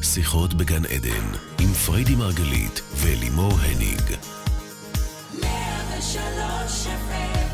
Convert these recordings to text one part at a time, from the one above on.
שיחות בגן עדן, עם פריידי מרגלית ולימור הניג. 103 FM.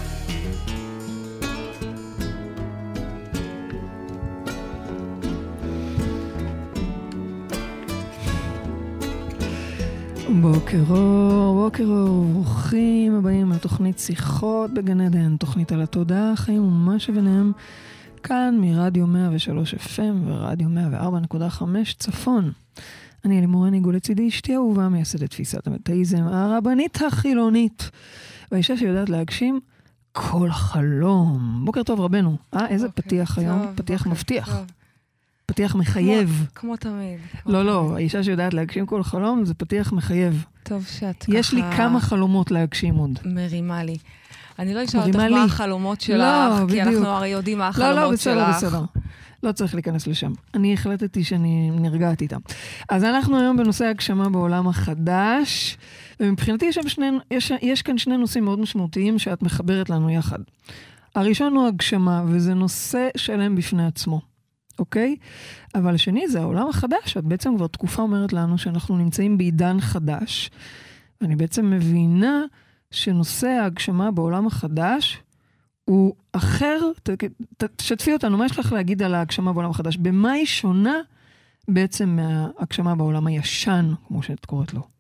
בוקר אור, ברוכים הבאים לתוכנית שיחות בגן עדן, תוכנית על התודעה, החיים ומה שביניהם, כאן מרדיו 103 FM ורדיו 104.5 צפון. אני לימור הניג ולצידי אשתי אהובה, מייסדת תפיסת המטאיזם, הרבנית החילונית, והאישה שיודעת להגשים כל חלום. בוקר טוב רבנו. איזה פתיח היום? פתיח מבטיח. פתיח מחייב. כמו תמיד. לא, האישה שיודעת להגשים כל חלום, זה פתיח מחייב. טוב שאת ככה... יש לי כמה חלומות להגשים עוד. מרימה לי. אני לא אשאל אותך מה החלומות שלך, כי אנחנו הרי יודעים מה החלומות שלך. לא, בסדר. לא צריך להיכנס לשם. אני החלטתי שאני נרגעת איתם. אז אנחנו היום בנושא הגשמה בעולם החדש, ומבחינתי יש כאן שני נושאים מאוד משמעותיים שאת מחברת לנו יחד. הראשון הוא הגשמה, וזה נושא שלם בפני עצמו. אוקיי? אבל השני זה העולם החדש. את בעצם כבר תקופה אומרת לנו שאנחנו נמצאים בעידן חדש, ואני בעצם מבינה שנושא ההגשמה בעולם החדש הוא אחר. תשתפי אותנו, מה יש לך להגיד על ההגשמה בעולם החדש? במה היא שונה בעצם מההגשמה בעולם הישן, כמו שאת קוראת לו?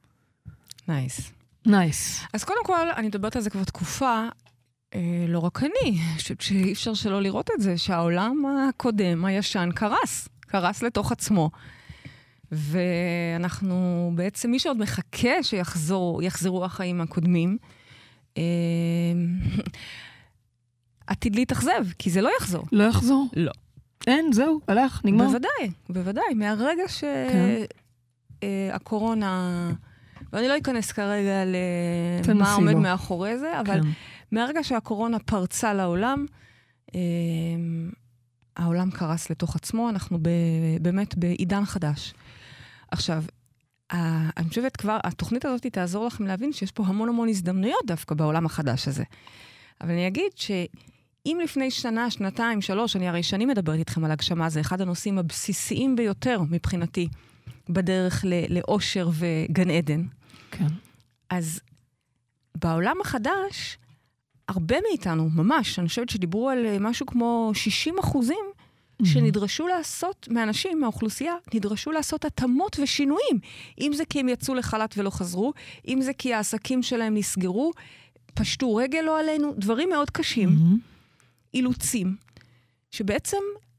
נייס. אז קודם כל, אני מדברת על זה כבר תקופה, לא רק אני, שאי אפשר שלא לראות את זה, שהעולם הקודם, הישן, קרס לתוך עצמו. ואנחנו בעצם, מי שעוד מחכה שיחזרו החיים הקודמים, עתיד להתאכזב, כי זה לא יחזור. לא יחזור? לא. אין, זהו, הלך, נגמר. בוודאי. מהרגע שהקורונה, ואני לא אכנס כרגע למה עומד מאחורי זה, אבל מהרגע שהקורונה פרצה לעולם, העולם קרס לתוך עצמו, אנחנו באמת בעידן חדש. עכשיו, אני חושבת כבר, התוכנית הזאת תעזור לכם להבין שיש פה המון הזדמנויות דווקא בעולם החדש הזה. אבל אני אגיד שאם לפני שנה, שנתיים, 3, אני הרי שנים מדברת איתכם על הגשמה, זה אחד הנושאים הבסיסיים ביותר מבחינתי, בדרך לאושר וגן עדן. כן. אז בעולם החדש, הרבה מאיתנו, ממש, אני חושבת שדיברו על משהו כמו 60% שנדרשו לעשות, מאנשים, מהאוכלוסייה, נדרשו לעשות התאמות ושינויים. אם זה כי הם יצאו לחל"ת ולא חזרו, אם זה כי העסקים שלהם נסגרו, פשטו רגל לא עלינו, דברים מאוד קשים, אילוצים, שבעצם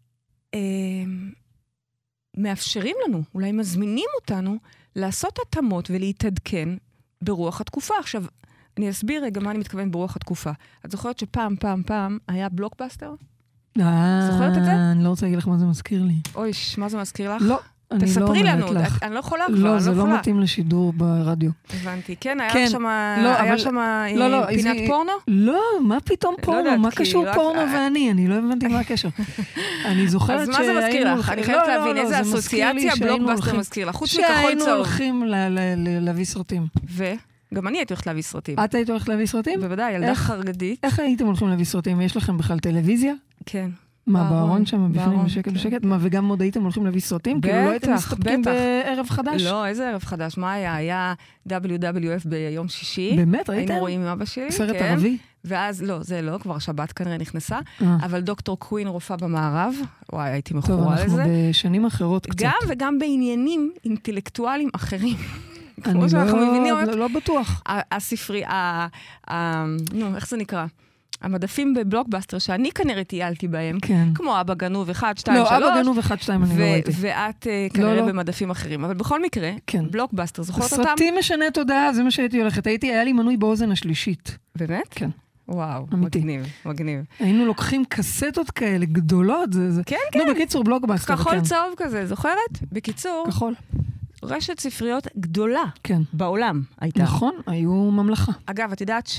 מאפשרים לנו, אולי מזמינים אותנו, לעשות התאמות ולהתעדכן ברוח התקופה. עכשיו, אני אסביר רגע מה אני מתכוון ברוח התקופה. את זוכרת שפעם היה בלוקבאסטר? זוכרת את זה? אני לא רוצה להגיד לך מה זה מזכיר לי. אוי, מה זה מזכיר לך? לא, אני לא אומרת לך. תספרי לנו, אני לא יכולה כבר, לא, זה לא מתאים לשידור ברדיו. הבנתי, כן, היה שם פינת פורנו? לא, מה פתאום פורנו? מה קשור פורנו ואני? אני לא הבנתי מה הקשר. אני זוכרת שהיינו... אז מה זה מזכיר לך? אני חייבת להבין איזה אסוציאציה בלוקבאסטר מזכיר לך, חוץ מכחול צהוב. שהיינו הולכים להביא סרטים. גם אני הייתי הולכת להביא סרטים. את היית הולכת להביא סרטים? בוודאי, ילדה חרדית. איך הייתם הולכים להביא סרטים? יש לכם בכלל טלוויזיה? כן. מה, בארון שם, בפנים בשקט? מה, וגם עוד הייתם הולכים להביא סרטים? כאילו לא הייתם מסתפקים בערב חדש? לא, איזה ערב חדש? מה היה? היה WWF ביום שישי. באמת, ראיתם? היינו רואים עם אבא שלי. סרט ערבי? ואז, לא, זה לא, כבר שבת כנראה נכנסה, אבל דוקטור קווין רופאה במערב, וואי, הייתי מכורה לזה. טוב, אנחנו בשנים אחרות קצת. גם וגם בעניינים אינטלקטואליים אחרים. אני לא בטוח. הספרי, איך זה נקרא? המדפים בבלוקבאסטר שאני כנראה טיילתי בהם, כמו אבא גנוב 1, 2, 3. לא, אבא גנוב 1, 2 אני לא ראיתי. ואת כנראה במדפים אחרים. אבל בכל מקרה, בלוקבאסטר, זוכרת אותם? סרטים משנה תודעה, זה מה שהייתי הולכת. היה לי מנוי באוזן השלישית. באמת? כן. וואו, מגניב. היינו לוקחים קסטות כאלה גדולות. כן. נו, בקיצור, בלוקבאסטר. כחול צהוב כזה, זוכרת? בקיצור. כחול. רשת ספריות גדולה בעולם הייתה. נכון, היו ממלכה. אגב, את יודעת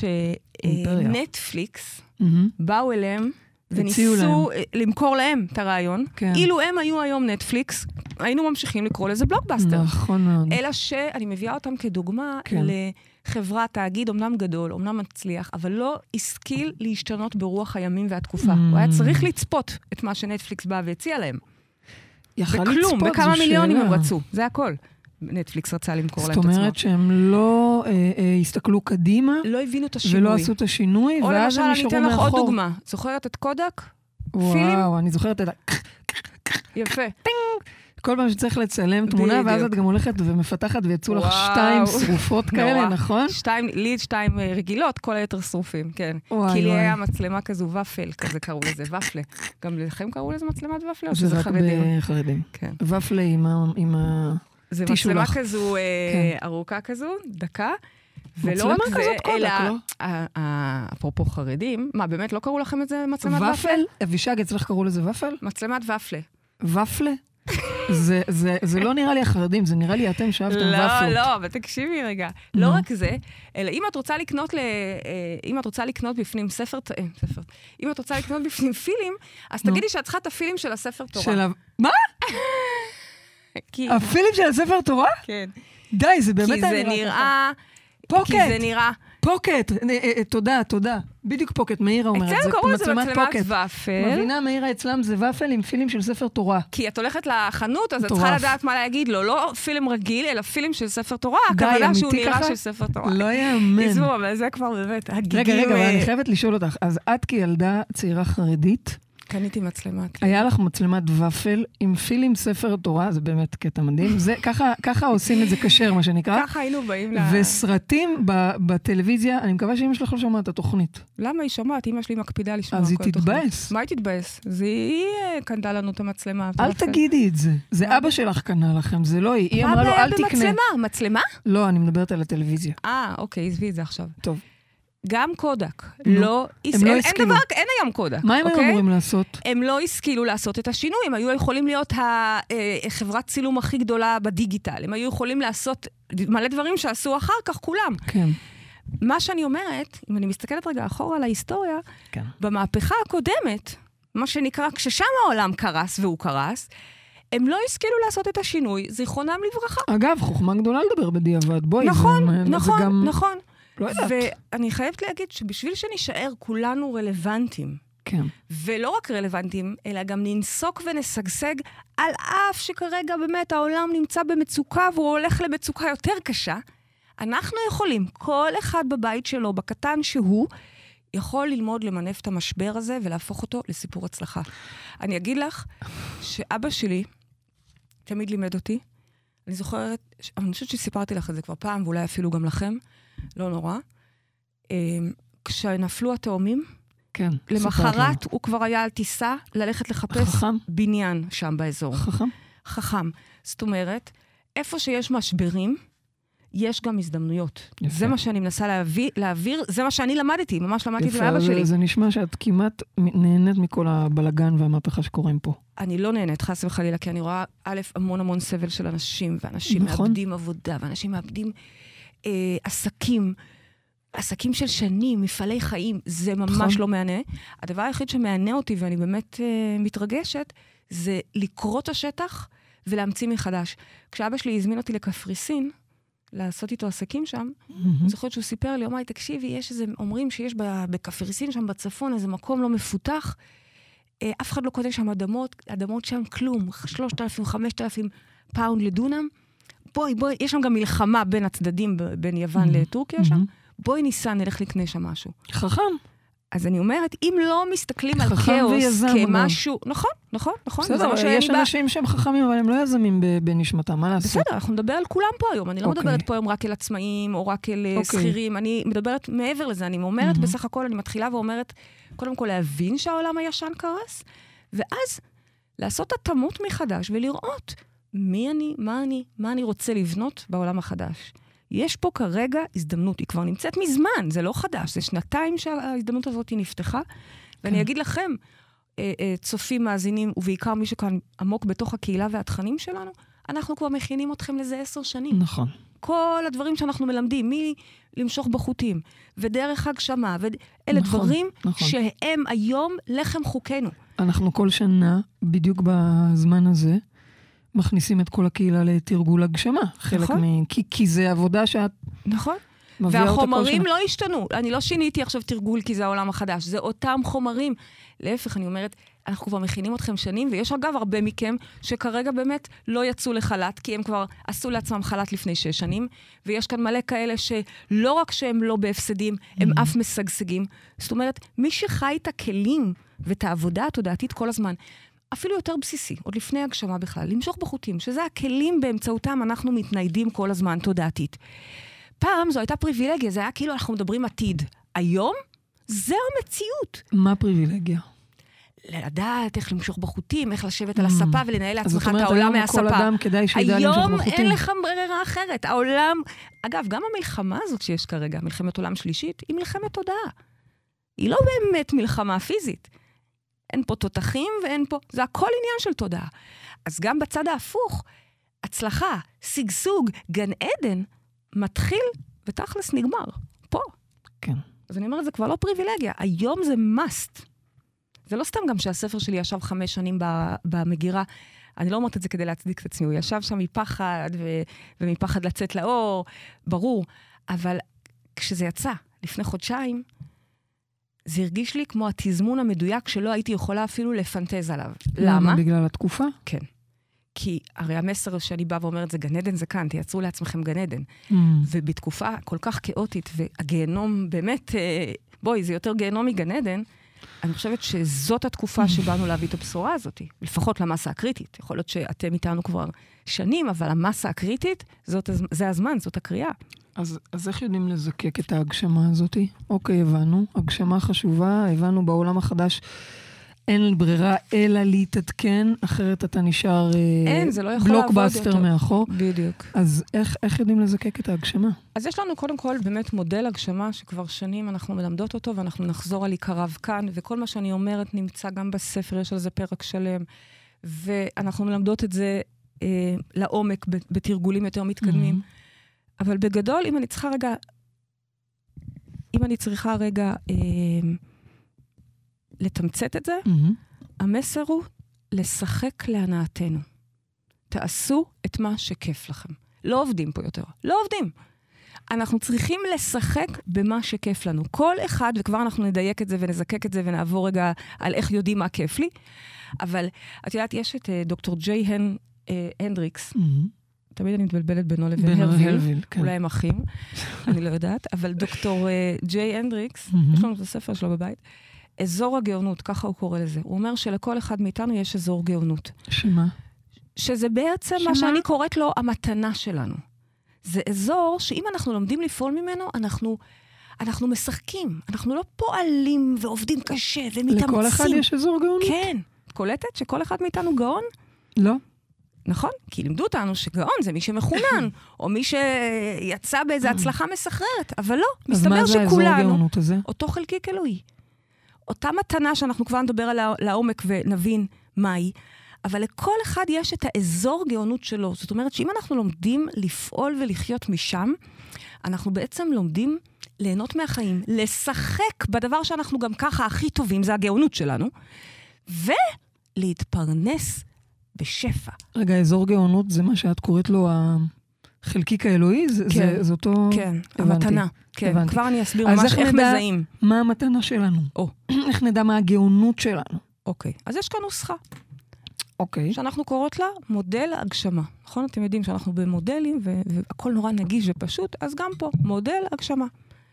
שנטפליקס באו אליהם וניסו למכור להם את הרעיון. אילו הם היו היום נטפליקס, היינו ממשיכים לקרוא לזה בלוקבאסטר. נכון מאוד. אלא שאני מביאה אותם כדוגמה לחברת תאגיד, אמנם גדול, אמנם מצליח, אבל לא השכיל להשתנות ברוח הימים והתקופה. הוא היה צריך לצפות את מה שנטפליקס בא והציע להם. בכלום, בכמה מיליונים הם רצו, זה הכל. נטפליקס רצה למכור להם את עצמם. זאת אומרת שהם לא הסתכלו קדימה, לא הבינו את השינוי. ולא עשו את השינוי, ואז הם נשארו מאחור. או למשל, אני אתן לך עוד דוגמה. זוכרת את קודק? פילים? וואו, אני זוכרת את יפה. כל פעם שצריך לצלם תמונה, ואז את גם הולכת ומפתחת, ויצאו לך 2 שרופות כאלה, נכון? 2 רגילות, כל היתר שרופים, כן. כי לי היה מצלמה כזו ופל, כזה קראו לזה, ופלה. גם לכם קראו לזה מצלמת ופלה, או שזה חרדים? זה רק בחרדים. ופלה עם זה מצלמה כזו ארוכה כזו, דקה. ולא רק זה, אלא, אפרופו חרדים, מה, באמת לא קראו לכם את זה מצלמת ופל? אבישג, אצלך קראו לזה ופל? מצלמת ופלה. ופלה? זה לא נראה לי החרדים, זה נראה לי אתם שאהבתם ופלות. לא, אבל תקשיבי רגע. לא רק זה, אלא אם את רוצה לקנות בפנים ספר, אם את רוצה לקנות בפנים פילים, אז תגידי שאת צריכה את הפילים של הספר תורה. מה? הפילים של הספר תורה? כן. די, זה באמת... כי זה נראה... פוקט. כי זה נראה... פוקט. תודה. בדיוק פוקט, מאירה אומרת. אצלנו קראו לזה מצלמת ופל. מבינה, מאירה אצלם זה ופל עם פילים של ספר תורה. כי את הולכת לחנות, אז את צריכה לדעת מה להגיד לו. לא פילם רגיל, אלא פילם של ספר תורה. הכוונה שהוא נראה של ספר תורה. לא יאמן. עזבו, אבל זה כבר באמת. רגע, אני חייבת לשאול אותך. אז את כילדה צעירה חרדית, קניתי מצלמה. היה לך מצלמת ופל עם פילים ספר תורה, זה באמת קטע מדהים. ככה עושים את זה כשר, מה שנקרא. ככה היינו באים וסרטים בטלוויזיה, אני מקווה שאמא שלך לא שומעת את התוכנית. למה היא שומעת? אמא שלי מקפידה לשמוע אז כל היא תוכנית. תתבאס. מה היא תתבאס? היא קנתה לנו את המצלמה. אל תגידי את זה. זה אבא שלך קנה לכם, זה לא היא. היא אמרה לו, אל תקנה. מצלמה? לא, אני מדברת על הטלוויזיה. אוקיי, עזבי את זה עכשיו. טוב. גם קודק. לא השכילו. אין היום קודק. מה הם היו אמורים לעשות? הם לא השכילו לעשות את השינוי. הם היו יכולים להיות החברת צילום הכי גדולה בדיגיטל. הם היו יכולים לעשות מלא דברים שעשו אחר כך כולם. כן. מה שאני אומרת, אם אני מסתכלת רגע אחורה על ההיסטוריה, במהפכה הקודמת, מה שנקרא, כששם העולם קרס והוא קרס, הם לא השכילו לעשות את השינוי, זיכרונם לברכה. אגב, חוכמה גדולה לדבר בדיעבד. בואי, נכון. ואני חייבת להגיד שבשביל שנשאר כולנו רלוונטיים, כן. ולא רק רלוונטיים, אלא גם ננסוק ונסגסג, על אף שכרגע באמת העולם נמצא במצוקה, והוא הולך למצוקה יותר קשה, אנחנו יכולים, כל אחד בבית שלו, בקטן שהוא, יכול ללמוד למנף את המשבר הזה, ולהפוך אותו לסיפור הצלחה. אני אגיד לך שאבא שלי תמיד לימד אותי, אני זוכרת, אני חושבת שסיפרתי לך את זה כבר פעם, ואולי אפילו גם לכם, לא נורא. כשנפלו התאומים, כן, למחרת הוא כבר היה על טיסה ללכת לחפש בניין שם באזור. חכם. זאת אומרת, איפה שיש משברים, יש גם הזדמנויות. יפה. זה מה שאני מנסה להעביר, זה מה שאני למדתי, ממש למדתי את זה מאבא שלי. זה נשמע שאת כמעט נהנית מכל הבלגן והמהפכה שקוראים פה. אני לא נהנית, חס וחלילה, כי אני רואה המון סבל של אנשים, ואנשים מאבדים עבודה, ואנשים מאבדים עסקים של שנים, מפעלי חיים, זה ממש לא מענה. הדבר היחיד שמענה אותי, ואני באמת מתרגשת, זה לקרוא את השטח ולהמציא מחדש. כשאבא שלי הזמין אותי לקפריסין, לעשות איתו עסקים שם, אני זוכרת שהוא סיפר לי, אומי, תקשיבי, אומרים שיש בקפריסין שם בצפון איזה מקום לא מפותח, אף אחד לא קודם שם אדמות שם כלום, 3,000, 5,000 פאונד לדונם, בואי, יש שם גם מלחמה בין הצדדים, בין יוון לטורקיה שם, בואי ניסה, נלך לקנה שם משהו. חכם. אז אני אומרת, אם לא מסתכלים על כאוס כמשהו... נכון. בסדר, יש אנשים שהם חכמים, אבל הם לא יזמים בנשמתם, מה לעשות? בסדר, אנחנו נדבר על כולם פה היום. אני לא מדברת פה היום רק אל עצמאים, או רק אל שכירים. אני מדברת מעבר לזה. אני אומרת, בסך הכל, אני מתחילה ואומרת, קודם כל להבין שהעולם הישן קרס, ואז לעשות התאמות מחדש ולראות מי אני, מה אני רוצה לבנות בעולם החדש. יש פה כרגע הזדמנות, היא כבר נמצאת מזמן, זה לא חדש, זה שנתיים שההזדמנות הזאת נפתחה, ואני אגיד לכם, צופים, מאזינים, ובעיקר מי שכאן עמוק בתוך הקהילה והתכנים שלנו, אנחנו כבר מכינים אתכם לזה 10 שנים. נכון. כל הדברים שאנחנו מלמדים, מי למשוך בחוטים, ודרך הגשמה, אלה דברים שהם היום לחם חוקנו. אנחנו כל שנה, בדיוק בזמן הזה, מכניסים את כל הקהילה לתרגול הגשמה. חלק כי זה עבודה שאת... נכון. והחומרים לא השתנו. אני לא שיניתי עכשיו תרגול כי זה העולם החדש. זה אותם חומרים. להפך, אני אומרת, אנחנו כבר מכינים אתכם שנים, ויש אגב הרבה מכם שכרגע באמת לא יצאו לחל"ת, כי הם כבר עשו לעצמם חל"ת לפני 6 שנים, ויש כאן מלא כאלה שלא רק שהם לא בהפסדים, הם אף משגשגים. זאת אומרת, מי שחי את הכלים ואת העבודה התודעתית כל הזמן, אפילו יותר בסיסי, עוד לפני הגשמה בכלל, למשוך בחוטים, שזה הכלים באמצעותם אנחנו מתניידים כל הזמן תודעתית. פעם זו הייתה פריבילגיה, זה היה כאילו אנחנו מדברים עתיד. היום זה המציאות. מה פריבילגיה? לדעת איך למשוך בחוטים, איך לשבת על הספה ולנהל לעצמך את העולם מהספה. כל אדם כדאי שידע למשוך בחוטים. היום אין לך ברירה אחרת. העולם, אגב, גם המלחמה הזאת שיש כרגע, מלחמת עולם שלישית, היא מלחמת תודעה. היא לא באמת מלחמה פיזית. אין פה תותחים ואין פה, זה הכל עניין של תודעה. אז גם בצד ההפוך, הצלחה, סגסוג, גן עדן, מתחיל ותכלס נגמר. פה. כן. אז אני אומרת, זה כבר לא פריבילגיה. היום זה must. זה לא סתם גם שהספר שלי ישב 5 שנים במגירה. אני לא אומרת את זה כדי להצדיק את עצמי. הוא ישב שם מפחד ומפחד לצאת לאור, ברור. אבל כשזה יצא לפני חודשיים, זה הרגיש לי כמו התזמון המדויק שלא הייתי יכולה אפילו לפנטז עליו. למה? בגלל התקופה? כן. כי הרי המסר שאני באה ואומרת, זה גן עדן, זה כאן, תייצרו לעצמכם גן עדן. ובתקופה כל כך כאוטית, והגיהנום באמת, בואי, זה יותר גיהנום מגן עדן, אני חושבת שזאת התקופה שבאנו להביא את הבשורה הזאת, לפחות למסה הקריטית. יכול להיות שאתם איתנו כבר שנים, אבל המסה הקריטית, זה הזמן, זאת הקריאה. אז איך יודעים לזקק את ההגשמה הזאת? אוקיי, הבנו. הגשמה חשובה, הבנו בעולם החדש, אין ברירה אלא להתעדכן, אחרת אתה נשאר בלוקבאסטר מאחור. בדיוק. אז איך יודעים לזקק את ההגשמה? אז יש לנו קודם כל באמת מודל הגשמה, שכבר שנים אנחנו מלמדות אותו, ואנחנו נחזור על עיקריו כאן, וכל מה שאני אומרת נמצא גם בספר, יש על זה פרק שלם, ואנחנו מלמדות את זה לעומק, בתרגולים יותר מתקדמים. אבל בגדול, אם אני צריכה רגע לתמצת את זה, המסר הוא לשחק להנאתנו. תעשו את מה שכיף לכם. לא עובדים פה יותר. לא עובדים. אנחנו צריכים לשחק במה שכיף לנו. כל אחד, וכבר אנחנו נדייק את זה ונזקק את זה ונעבור רגע על איך יודעים מה כיף לי. אבל את יודעת, יש את דוקטור ג'יי הנדריקס, תמיד אני מתבלבלת בינו לבין הרוויל, אולי הם אחים, אני לא יודעת, אבל דוקטור ג'יי הנדריקס, יש לנו את הספר שלו בבית, אזור הגאונות, ככה הוא קורא לזה. הוא אומר שלכל אחד מאיתנו יש אזור גאונות. שמה? שזה בעצם מה שאני קוראת לו המתנה שלנו. זה אזור שאם אנחנו לומדים לפעול ממנו, אנחנו משחקים. אנחנו לא פועלים ועובדים קשה ומתאמצים. לכל אחד יש אזור גאונות? כן. קולטת שכל אחד מאיתנו גאון? לא. נכון? כי לימדו אותנו שגאון זה מי שמכונן, או מי שיצא באיזו הצלחה מסחררת. אבל לא, מסתבר שכולנו, אותו חלקיק אלוהי. אותה מתנה שאנחנו כבר נדבר על לעומק ונבין מהי, אבל לכל אחד יש את האזור גאונות שלו. זאת אומרת שאם אנחנו לומדים לפעול ולחיות משם, אנחנו בעצם לומדים ליהנות מהחיים, לשחק בדבר שאנחנו גם ככה הכי טובים, זה הגאונות שלנו, ולהתפרנס בשפע. רגע, אזור גאונות זה מה שאת קוראת לו החלקיק האלוהי? כן, זה אותו... כן, המתנה. כן, כבר אני אסביר ממש איך מזהים. מה המתנה שלנו? איך נדע מה הגאונות שלנו? אוקיי, אז יש כאן נוסחה. אוקיי. שאנחנו קוראות לה מודל הגשמה. נכון? אתם יודעים שאנחנו במודלים, והכל נורא נגיש ופשוט, אז גם פה, מודל הגשמה.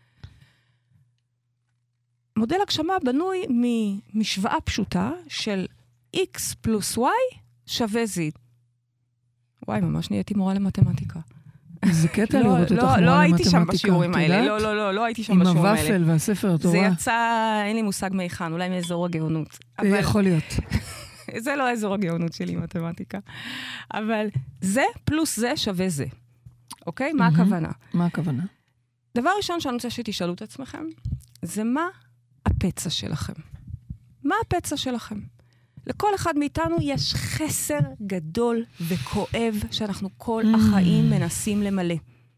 מודל הגשמה בנוי ממשוואה פשוטה של x פלוס y שווה z. וואי, ממש נהייתי מורה למתמטיקה. זה קטע לראות אותך מורה למתמטיקה. לא הייתי שם בשיעורים האלה. לא הייתי שם בשיעורים האלה. עם הוואפל והספר התורה. זה יצא, אין לי מושג מאיכן, אולי מאזור הגאונות. יכול להיות. זה לא האזור הגאונות שלי, מתמטיקה. אבל זה פלוס זה שווה זה. אוקיי? מה הכוונה? מה הכוונה? דבר ראשון שאני רוצה שתשאלו את עצמכם, זה מה הפצע שלכם. מה הפצע שלכם? לכל אחד מאיתנו יש חסר גדול וכואב שאנחנו כל החיים מנסים למלא.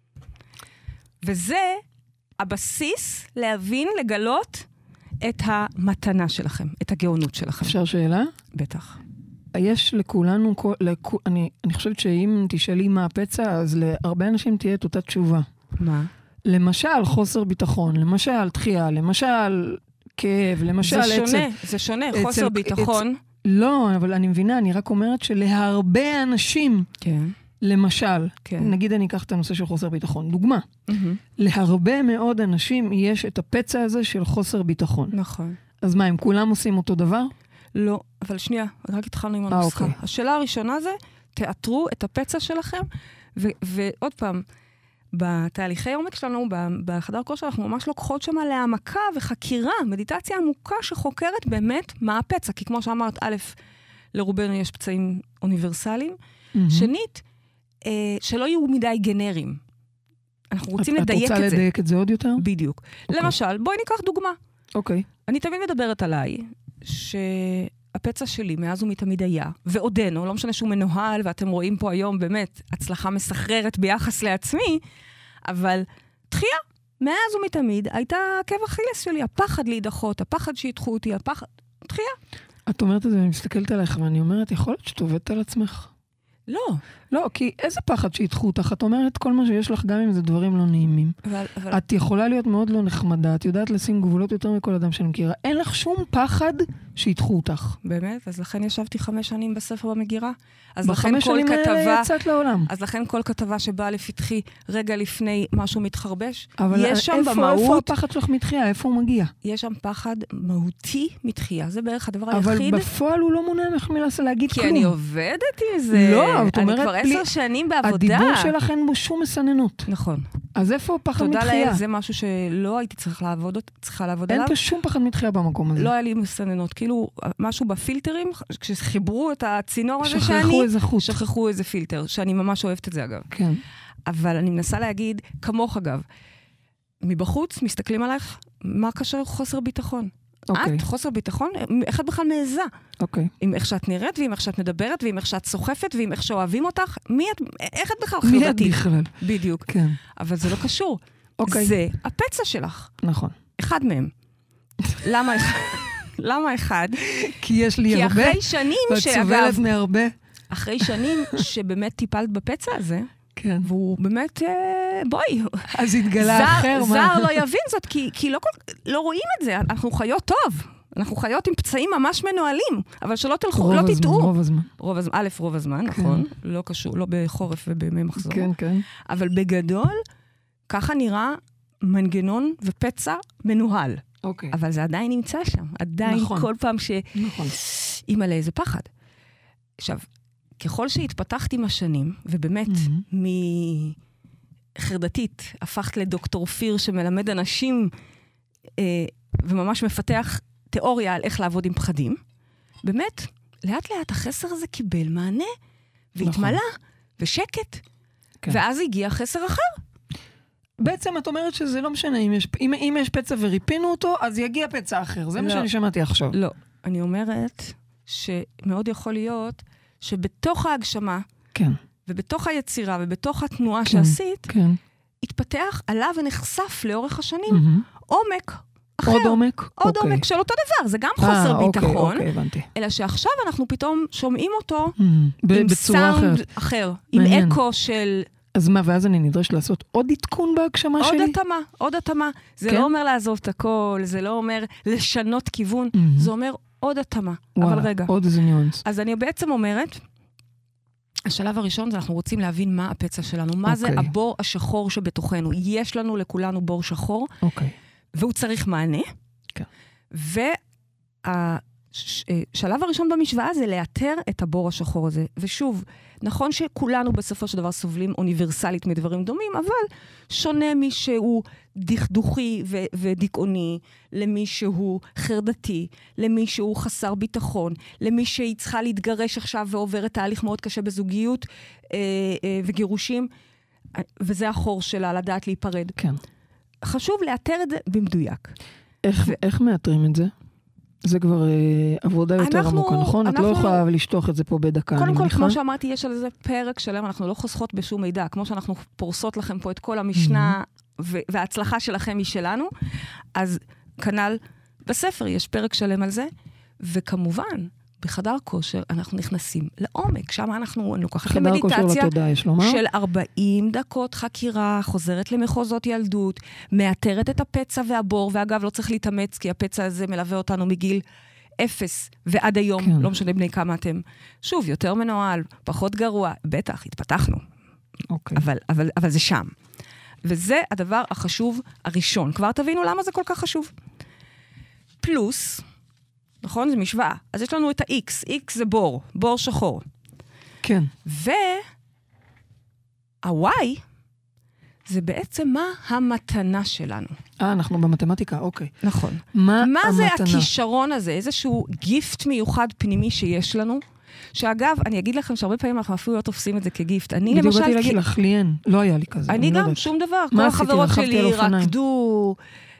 וזה הבסיס להבין, לגלות את המתנה שלכם, את הגאונות שלכם. אפשר שאלה? בטח. יש לכולנו, אני חושבת שאם תשאלי מה הפצע, אז להרבה אנשים תהיה את אותה תשובה. מה? למשל חוסר ביטחון, למשל דחייה, למשל כאב, למשל זה שונה, חוסר ביטחון. לא, אבל אני מבינה, אני רק אומרת שלהרבה אנשים, כן. למשל, נגיד אני אקח את הנושא של חוסר ביטחון, דוגמה, להרבה מאוד אנשים יש את הפצע הזה של חוסר ביטחון. נכון. אז מה, הם כולם עושים אותו דבר? לא, אבל שנייה, רק התחלנו עם הנוסחה. אוקיי. השאלה הראשונה זה, תאתרו את הפצע שלכם, ועוד פעם, בתהליכי עומק שלנו, בחדר כושר, אנחנו ממש לוקחות שם להעמקה וחקירה, מדיטציה עמוקה שחוקרת באמת מה הפצע, כי כמו שאמרת, א', לרובנו יש פצעים אוניברסליים, שנית, שלא יהיו מדי גנרים. אנחנו רוצים לדייק את זה. את רוצה לדייק את זה עוד יותר? בדיוק. למשל, בואי ניקח דוגמה. אוקיי. אני תמיד מדברת עליי, שהפצע שלי מאז ומתמיד היה, ועודנו, לא משנה שהוא מנוהל, ואתם רואים פה היום באמת הצלחה מסחררת ביחס לעצמי, אבל דחייה, מאז ומתמיד, הייתה עקב אכילס שלי, הפחד להידחות, הפחד שידחו אותי, הפחד, דחייה. את אומרת את זה, אני מסתכלת עליך, ואני אומרת, יכול להיות שאת עובדת על עצמך. לא. לא, כי איזה פחד שידחו אותך? את אומרת כל מה שיש לך, גם אם זה דברים לא נעימים. את יכולה להיות מאוד לא נחמדה, את יודעת לשים גבולות יותר מכל אדם שאני מכירה. אין לך שום פחד שידחו אותך. באמת? אז לכן ישבתי 5 שנים בספר במגירה. ב5 שנים האלה יצאת לעולם. אז לכן כל כתבה שבאה לפתחי רגע לפני משהו מתחרבש, אבל יש שם במהות... איפה הפחד שלך מתחייה? איפה הוא מגיע? יש שם פחד מהותי מתחייה. זה בערך הדבר היחיד. אבל בפועל הוא לא מונע ממך להגיד כלום. כי אני עובדת עם זה. לא, את אומרת... אני כבר 10 שנים בעבודה. הדיבור שלך אין בו שום מסננות. נכון. אז איפה הפחד מתחייה? תודה לאל, זה משהו שלא הייתי צריכה לעבוד עליו. אין פה שום פחד מתחייה במקום הזה. לא היה לי מסננות. כאילו, משהו בפילטרים, כשחיברו את הצינור הזה שכחו איזה חוט. שאני ממש אוהבת את זה אגב. כן. אבל אני מנסה להגיד, כמוך אגב, מבחוץ מסתכלים עלייך, מה קשר חוסר ביטחון? את חוסר ביטחון, איך את בכלל מעזה? עם איך שאת נראית, ועם איך שאת מדברת, ועם איך שאת סוחפת, ועם איך שאוהבים אותך, איך את בכלל חרדתית? מי את בכלל? בדיוק. כן. אבל זה לא קשור. זה הפצע שלך. נכון. אחד מהם. למה אחד? כי יש לי הרבה. כי אחרי שנים ואת סובלת מהרבה. אחרי שנים שבאמת טיפלת בפצע הזה, כן. והוא באמת, בואי. אז התגלה אחר. זר לא יבין זאת, כי לא רואים את זה. אנחנו חיות טוב. אנחנו חיות עם פצעים ממש מנוהלים. אבל שלא תלכו, לא תטעו. רוב הזמן. רוב הזמן, נכון. לא קשור, לא בחורף ובימי מחזור. כן, כן. אבל בגדול, ככה נראה מנגנון ופצע מנוהל. אבל זה עדיין נמצא שם. עדיין כל פעם אימא לאיזה פחד. עכשיו, ככל שהתפתחת עם השנים, ובאמת מחרדתית הפכת לדוקטור פיר שמלמד אנשים וממש מפתח תיאוריה על איך לעבוד עם פחדים, באמת, לאט לאט החסר הזה קיבל מענה, והתמלא, ושקט, ואז הגיע חסר אחר. בעצם את אומרת שזה לא משנה, אם יש פצע וריפינו אותו, אז יגיע פצע אחר. זה מה שאני שמעתי עכשיו. לא, אני אומרת שמאוד יכול להיות שבתוך ההגשמה, כן. ובתוך היצירה, ובתוך התנועה שעשית, כן. התפתח, עלה ונחשף לאורך השנים, עומק אחר. עוד עומק? עוד עומק של אותו דבר, זה גם חוסר ביטחון, הבנתי. אלא שעכשיו אנחנו פתאום שומעים אותו עם סאונד אחר, עם אקו של... אז מה, ואז אני נדרש לעשות עוד עדכון בהגשמה שלי? עוד התאמה. זה לא אומר לעזוב את הכל, זה לא אומר לשנות כיוון, זה אומר עוד התאמה. אבל רגע. עוד איזה ניואנס. אז אני בעצם אומרת, השלב הראשון זה אנחנו רוצים להבין מה הפצע שלנו, מה זה הבור השחור שבתוכנו. יש לנו לכולנו בור שחור, והוא צריך מענה, השלב הראשון במשוואה זה לאתר את הבור השחור הזה. ושוב, נכון שכולנו בסופו של דבר סובלים אוניברסלית מדברים דומים, אבל שונה מי שהוא דכדוכי ודיכאוני, למי שהוא חרדתי, למי שהוא חסר ביטחון, למי שהיא צריכה להתגרש עכשיו ועוברת תהליך מאוד קשה בזוגיות וגירושים, וזה החור שלה, לדעת להיפרד. כן. חשוב לאתר את זה במדויק. איך מאתרים את זה? זה כבר עבודה יותר עמוקה, נכון? את לא יכולה לשטוח את זה פה בדקה. קודם כל, כמו שאמרתי, יש על זה פרק שלם, אנחנו לא חוסכות בשום מידע, כמו שאנחנו פורסות לכם פה את כל המשנה, וההצלחה שלכם היא שלנו, אז כנ"ל בספר יש פרק שלם על זה, וכמובן, בחדר כושר אנחנו נכנסים לעומק, שם אנחנו לוקחת חדר כושר למדיטציה לתודעה, יש לומר? של 40 דקות חקירה, חוזרת למחוזות ילדות, מאתרת את הפצע והבור, ואגב לא צריך להתאמץ, כי הפצע הזה מלווה אותנו מגיל 0 ועד היום, כן. לא משנה בני כמה אתם. שוב, יותר מנועל, פחות גרוע, בטח, התפתחנו. אוקיי. אבל זה שם. וזה הדבר החשוב הראשון. כבר תבינו למה זה כל כך חשוב. פלוס, נכון? זה משוואה. אז יש לנו את ה-X. X זה בור, בור שחור. כן. וה-Y זה בעצם מה המתנה שלנו. אנחנו במתמטיקה, אוקיי. נכון. מה זה המתנה? הכישרון הזה? איזשהו גיפט מיוחד פנימי שיש לנו, שאגב, אני אגיד לכם שהרבה פעמים אנחנו אפילו לא תופסים את זה כגיפט. אני בדיוק למשל... באתי להגיד לך, לי אין. לא היה לי כזה. אני לא גם, יודעת. שום דבר. כל מה עשיתי? החברות רכבתי על שלי אופניים. רקדו,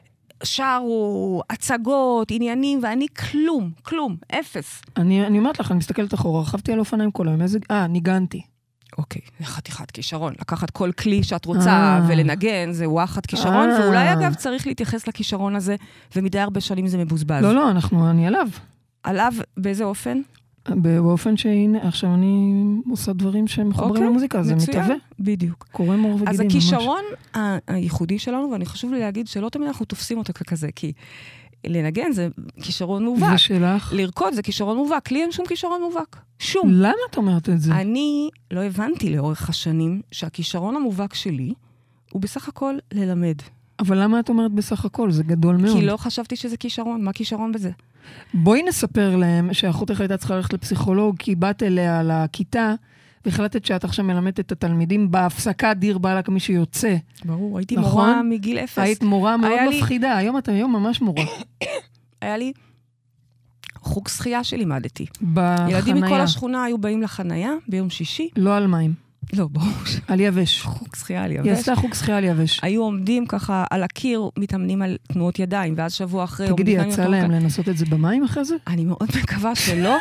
שרו, הצגות, עניינים, ואני כלום, אפס. אני אומרת לך, אני מסתכלת אחורה, רכבתי על אופניים כל היום, ניגנתי. אוקיי, חתיכת כישרון. לקחת כל כלי שאת רוצה ולנגן, זה וואחד כישרון, ואולי אגב צריך להתייחס לכישרון הזה, ומדי הרבה שנים זה מבוזבז. לא, אני עליו. עליו באיזה אופן? באופן שהנה, עכשיו אני עושה דברים שמחוברים למוזיקה, זה מתהווה. בדיוק. קורא מור וגידים ממש. אז הכישרון הייחודי שלנו, ואני חשוב לי להגיד שלא תמיד אנחנו תופסים אותו ככזה, כי לנגן זה כישרון מובהק. ושלך? לרקוד זה כישרון מובהק. לי אין שום כישרון מובהק. שום. למה את אומרת את זה? אני לא הבנתי לאורך השנים שהכישרון המובהק שלי הוא בסך הכל ללמד. אבל למה את אומרת בסך הכל? זה גדול מאוד. כי לא חשבתי שזה כישרון. מה כישרון בזה? בואי נספר להם שאחותך הייתה צריכה ללכת לפסיכולוג, כי באת אליה לכיתה, והחלטת שאת עכשיו מלמדת את התלמידים בהפסקה דיר בעלק מי שיוצא. ברור, הייתי נכון? מורה מגיל 0. היית מורה מאוד מפחידה, היום את היום ממש מורה. היה לי חוג שחייה שלימדתי. בחנייה. ילדים מכל השכונה היו באים לחנייה ביום שישי. לא על מים. לא, ברור. על יבש. חוג שחייה על יבש. היא עשתה חוג שחייה על יבש. היו עומדים ככה על הקיר, מתאמנים על תנועות ידיים, ואז שבוע אחרי... תגידי, יצא להם לנסות את זה במים אחרי זה? אני מאוד מקווה שלא,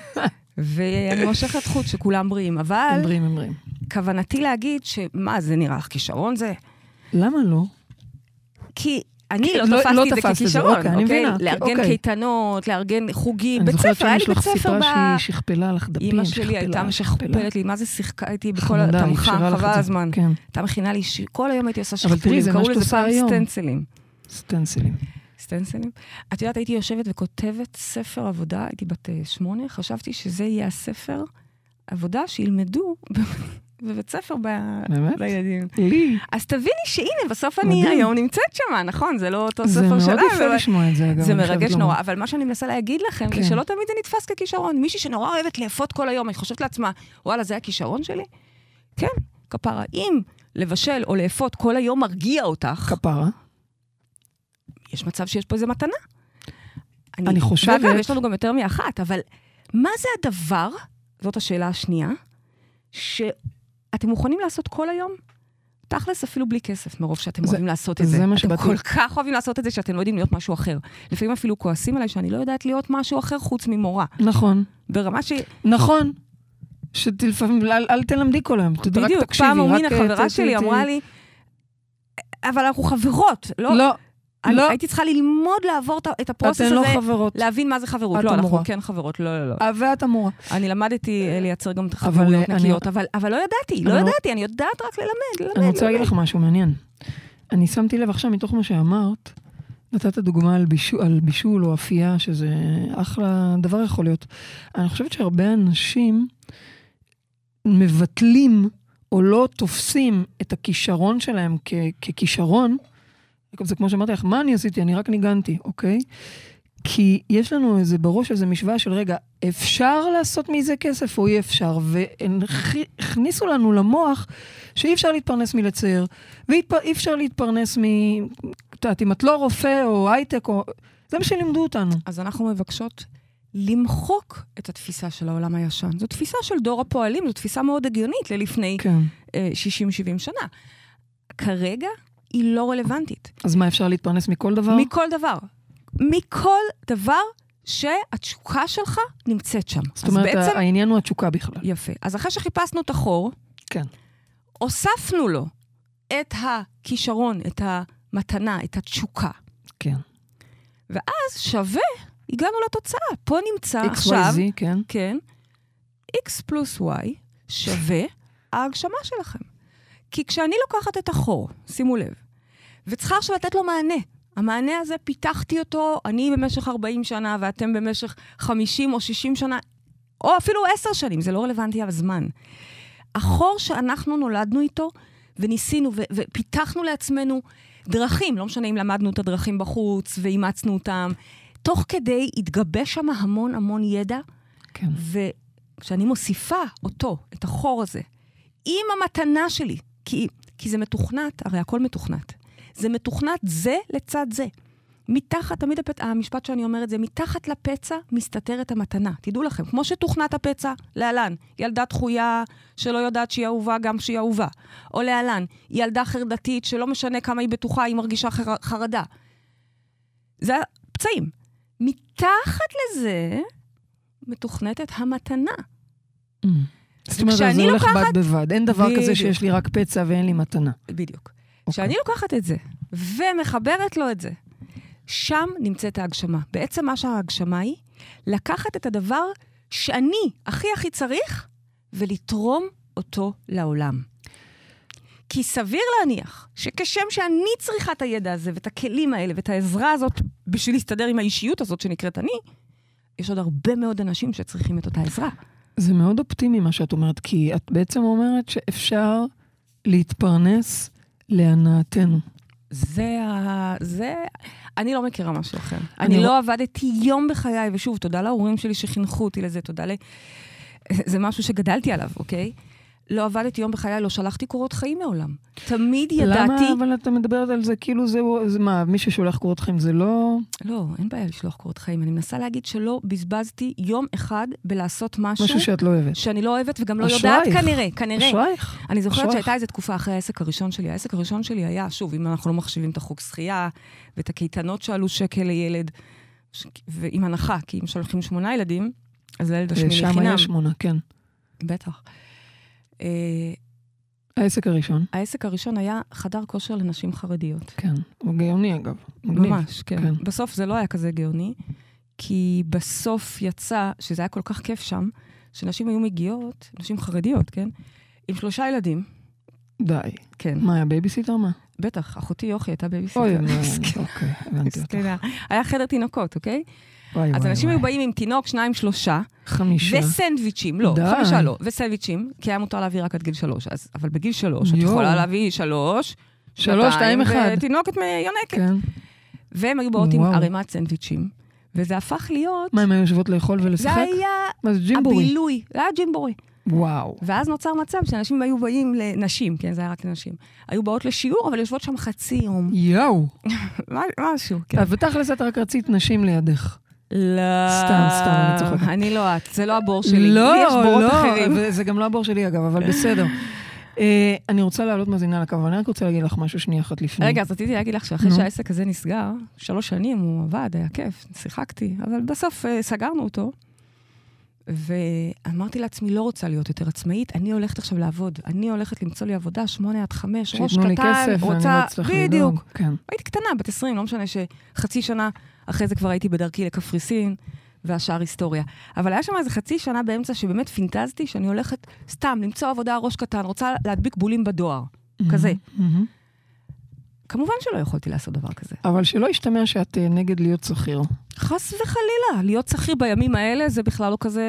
ואני מושכת חוט שכולם בריאים, אבל... הם בריאים. כוונתי להגיד שמה, זה נראה לך כישרון זה? למה לא? כי אני לא תפסתי את זה ככישרון, אוקיי? לארגן קייטנות, לארגן חוגים, בית ספר, היה לי בית ספר אני זוכרת שהיא שכפלה שהיא שכפלה על דפים. אמא שלי הייתה משכפלת לי, מה זה שיחקה איתי בכל התמכה, חבל הזמן. הייתה מכינה לי, כל היום הייתי עושה שכפולים, קראו לזה פעם סטנסילים. סטנסילים. את יודעת, הייתי יושבת וכותבת ספר עבודה, הייתי בת 8, חשבתי שזה יהיה הספר עבודה שילמדו בבית ספר בילדים. לי. אז תביני שהנה, בסוף אני היום נמצאת שמה, נכון? זה לא אותו ספר שלה. זה מאוד יפה לשמוע את זה. זה מרגש נורא, אבל מה שאני מנסה להגיד לכם, זה שלא תמיד זה נתפס ככישרון. מישהי שנורא אוהבת לאפות כל היום, אני חושבת לעצמה, וואלה, זה הכישרון שלי? כן, כפרה. אם לבשל או לאפות כל היום מרגיע אותך, כפרה. יש מצב שיש פה איזה מתנה. אני חושבת... ואגב, יש לנו גם יותר מאחת, אבל מה זה הדבר, זאת השאלה השנייה, שאתם מוכנים לעשות כל היום? תכלס אפילו בלי כסף, מרוב שאתם אוהבים לעשות את זה. אתם כל כך אוהבים לעשות את זה שאתם לא יודעים להיות משהו אחר. לפעמים אפילו כועסים עליי שאני לא יודעת להיות משהו אחר חוץ ממורה. נכון. ברמה ש... נכון. שתלפעמים, אל תלמדי כל היום. בדיוק, פעם אומין החברה שלי אמרה לי, אבל אנחנו חברות. לא. הייתי צריכה ללמוד לעבור את הפרוסס הזה, להבין מה זה חברות. לא, אנחנו כן חברות, לא. ואת אמורה. אני למדתי לייצר גם חברות נקיות, אבל לא ידעתי, אני יודעת רק ללמד. אני רוצה להגיד לך משהו מעניין. אני שמתי לב עכשיו מתוך מה שאמרת, נתת דוגמה על בישול או אפייה, שזה אחלה דבר יכול להיות. אני חושבת שהרבה אנשים מבטלים או לא תופסים את הכישרון שלהם ככישרון, זה כמו שאמרתי לך, מה אני עשיתי? אני רק ניגנתי, אוקיי? כי יש לנו איזה בראש, איזה משוואה של רגע, אפשר לעשות מזה כסף או אי אפשר? והכניסו לנו למוח שאי אפשר להתפרנס מלצייר, ואי אפשר להתפרנס אם את לא רופא או הייטק, זה מה שלימדו אותנו. אז אנחנו מבקשות למחוק את התפיסה של העולם הישן. זו תפיסה של דור הפועלים, זו תפיסה מאוד הגיונית ללפני 60-70 שנה. כרגע, היא לא רלוונטית. אז מה, אפשר להתפרנס מכל דבר? מכל דבר. מכל דבר שהתשוקה שלך נמצאת שם. זאת אומרת, בעצם... העניין הוא התשוקה בכלל. יפה. אז אחרי שחיפשנו את החור, כן. הוספנו לו את הכישרון, את המתנה, את התשוקה. כן. ואז שווה הגענו לתוצאה. פה נמצא עכשיו... XYZ, כן. כן. X פלוס Y שווה ההגשמה שלכם. כי כשאני לוקחת את החור, שימו לב, וצריכה עכשיו לתת לו מענה. המענה הזה, פיתחתי אותו, אני במשך 40 שנה, ואתם במשך 50 או 60 שנה, או אפילו 10 שנים, זה לא רלוונטי על הזמן. החור שאנחנו נולדנו איתו, וניסינו ופיתחנו לעצמנו דרכים, לא משנה אם למדנו את הדרכים בחוץ, ואימצנו אותם, תוך כדי התגבש שם המון המון ידע, כן. וכשאני מוסיפה אותו, את החור הזה, עם המתנה שלי, כי זה מתוכנת, הרי הכל מתוכנת, זה מתוכנת זה לצד זה. מתחת, תמיד המשפט שאני אומרת זה, מתחת לפצע מסתתרת המתנה. תדעו לכם, כמו שתוכנת הפצע, להלן, ילדה דחויה שלא יודעת שהיא אהובה גם שהיא אהובה. או להלן, ילדה חרדתית שלא משנה כמה היא בטוחה, היא מרגישה חרדה. זה פצעים. מתחת לזה מתוכנתת המתנה. זאת אומרת, זה הולך בד בבד. אין דבר כזה שיש לי רק פצע ואין לי מתנה. בדיוק. כשאני לוקחת את זה ומחברת לו את זה, שם נמצאת ההגשמה. בעצם מה שההגשמה היא, לקחת את הדבר שאני הכי צריך, ולתרום אותו לעולם. כי סביר להניח, שכשם שאני צריכה את הידע הזה, ואת הכלים האלה, ואת העזרה הזאת, בשביל להסתדר עם האישיות הזאת שנקראת אני, יש עוד הרבה מאוד אנשים שצריכים את אותה עזרה. זה מאוד אופטימי מה שאת אומרת, כי את בעצם אומרת שאפשר להתפרנס להנאתנו. אני לא מכירה משהו אחר. אני לא עבדתי יום בחיי, ושוב, תודה להורים שלי שחינכו אותי לזה, תודה זה משהו שגדלתי עליו, אוקיי? לא עבדתי יום בחיי, לא שלחתי קורות חיים מעולם. תמיד ידעתי... למה? אבל אתה מדברת על זה, כאילו זה מה, מי ששולח קורות חיים זה לא... לא, אין בעיה לשלוח קורות חיים. אני מנסה להגיד שלא בזבזתי יום אחד בלעשות משהו... משהו שאת לא אוהבת. שאני לא אוהבת וגם לא יודעת כנראה. אשרייך. אני זוכרת שהייתה איזו תקופה אחרי העסק הראשון שלי. העסק הראשון שלי היה, שוב, אם אנחנו לא מחשיבים את החוג שחייה, ואת הקייטנות שעלו שקל לילד, ועם הנחה, כי אם שולחים 8 ילדים, אז לילד השמיני חינם. שם היה 8, כן. בטח. העסק הראשון היה חדר כושר לנשים חרדיות. כן, הוא גאוני אגב. ממש, כן. בסוף זה לא היה כזה גאוני, כי בסוף יצא, שזה היה כל כך כיף שם, שנשים היו מגיעות, נשים חרדיות, כן? עם 3 ילדים. די. כן. מה, היה בייביסיטר מה? בטח, אחותי יוכי הייתה בייביסיטר. אוי, אוקיי, הבנתי אותך. היה חדר תינוקות, אוקיי? וואי, אז אנשים היו באים עם תינוק, 2, 3, 5. וסנדוויצ'ים, לא, 5 לא, וסנדוויצ'ים, כי היה מותר להביא רק עד גיל 3, אבל בגיל 3, את יכולה להביא 3, 2, 1. ותינוקת יונקת. כן. והם היו באות עם ערימת סנדוויצ'ים, וזה הפך להיות... מה, הם היו יושבות לאכול ולשחק? זה היה הבילוי, זה היה ג'ימבורי. וואו. ואז נוצר מצב שאנשים היו באים לנשים, כן, זה היה רק לנשים. היו באות לשיעור, אבל יושבות שם חצי יום. יאו. משהו, כן. ותכלס את רק רצית נשים לידך. לא. סתם, אני צוחקת. אני לא את, זה לא הבור שלי. לא, לי יש בורות אחרים. זה גם לא הבור שלי אגב, אבל בסדר. אני רוצה לעלות מאזינה לקו, אני רק רוצה להגיד לך משהו שנייה אחת לפני. רגע, אז רציתי להגיד לך שאחרי שהעסק הזה נסגר, 3 שנים הוא עבד, היה כיף, שיחקתי, אבל בסוף סגרנו אותו, ואמרתי לעצמי, לא רוצה להיות יותר עצמאית, אני הולכת עכשיו לעבוד, אני הולכת למצוא לי עבודה 8-5, ראש קטן, שיתנו לי כסף, ואני לא אצלח לדאוג. בדיוק. הייתי קטנה, בת 20, לא משנה שחצי שנה אחרי זה כבר הייתי בדרכי לקפריסין, והשאר היסטוריה. אבל היה שם איזה חצי שנה באמצע שבאמת פינטזתי, שאני הולכת סתם למצוא עבודה ראש קטן, רוצה להדביק בולים בדואר, כזה. כמובן שלא יכולתי לעשות דבר כזה. אבל שלא ישתמע שאת נגד להיות שכיר. חס וחלילה, להיות שכיר בימים האלה זה בכלל לא כזה...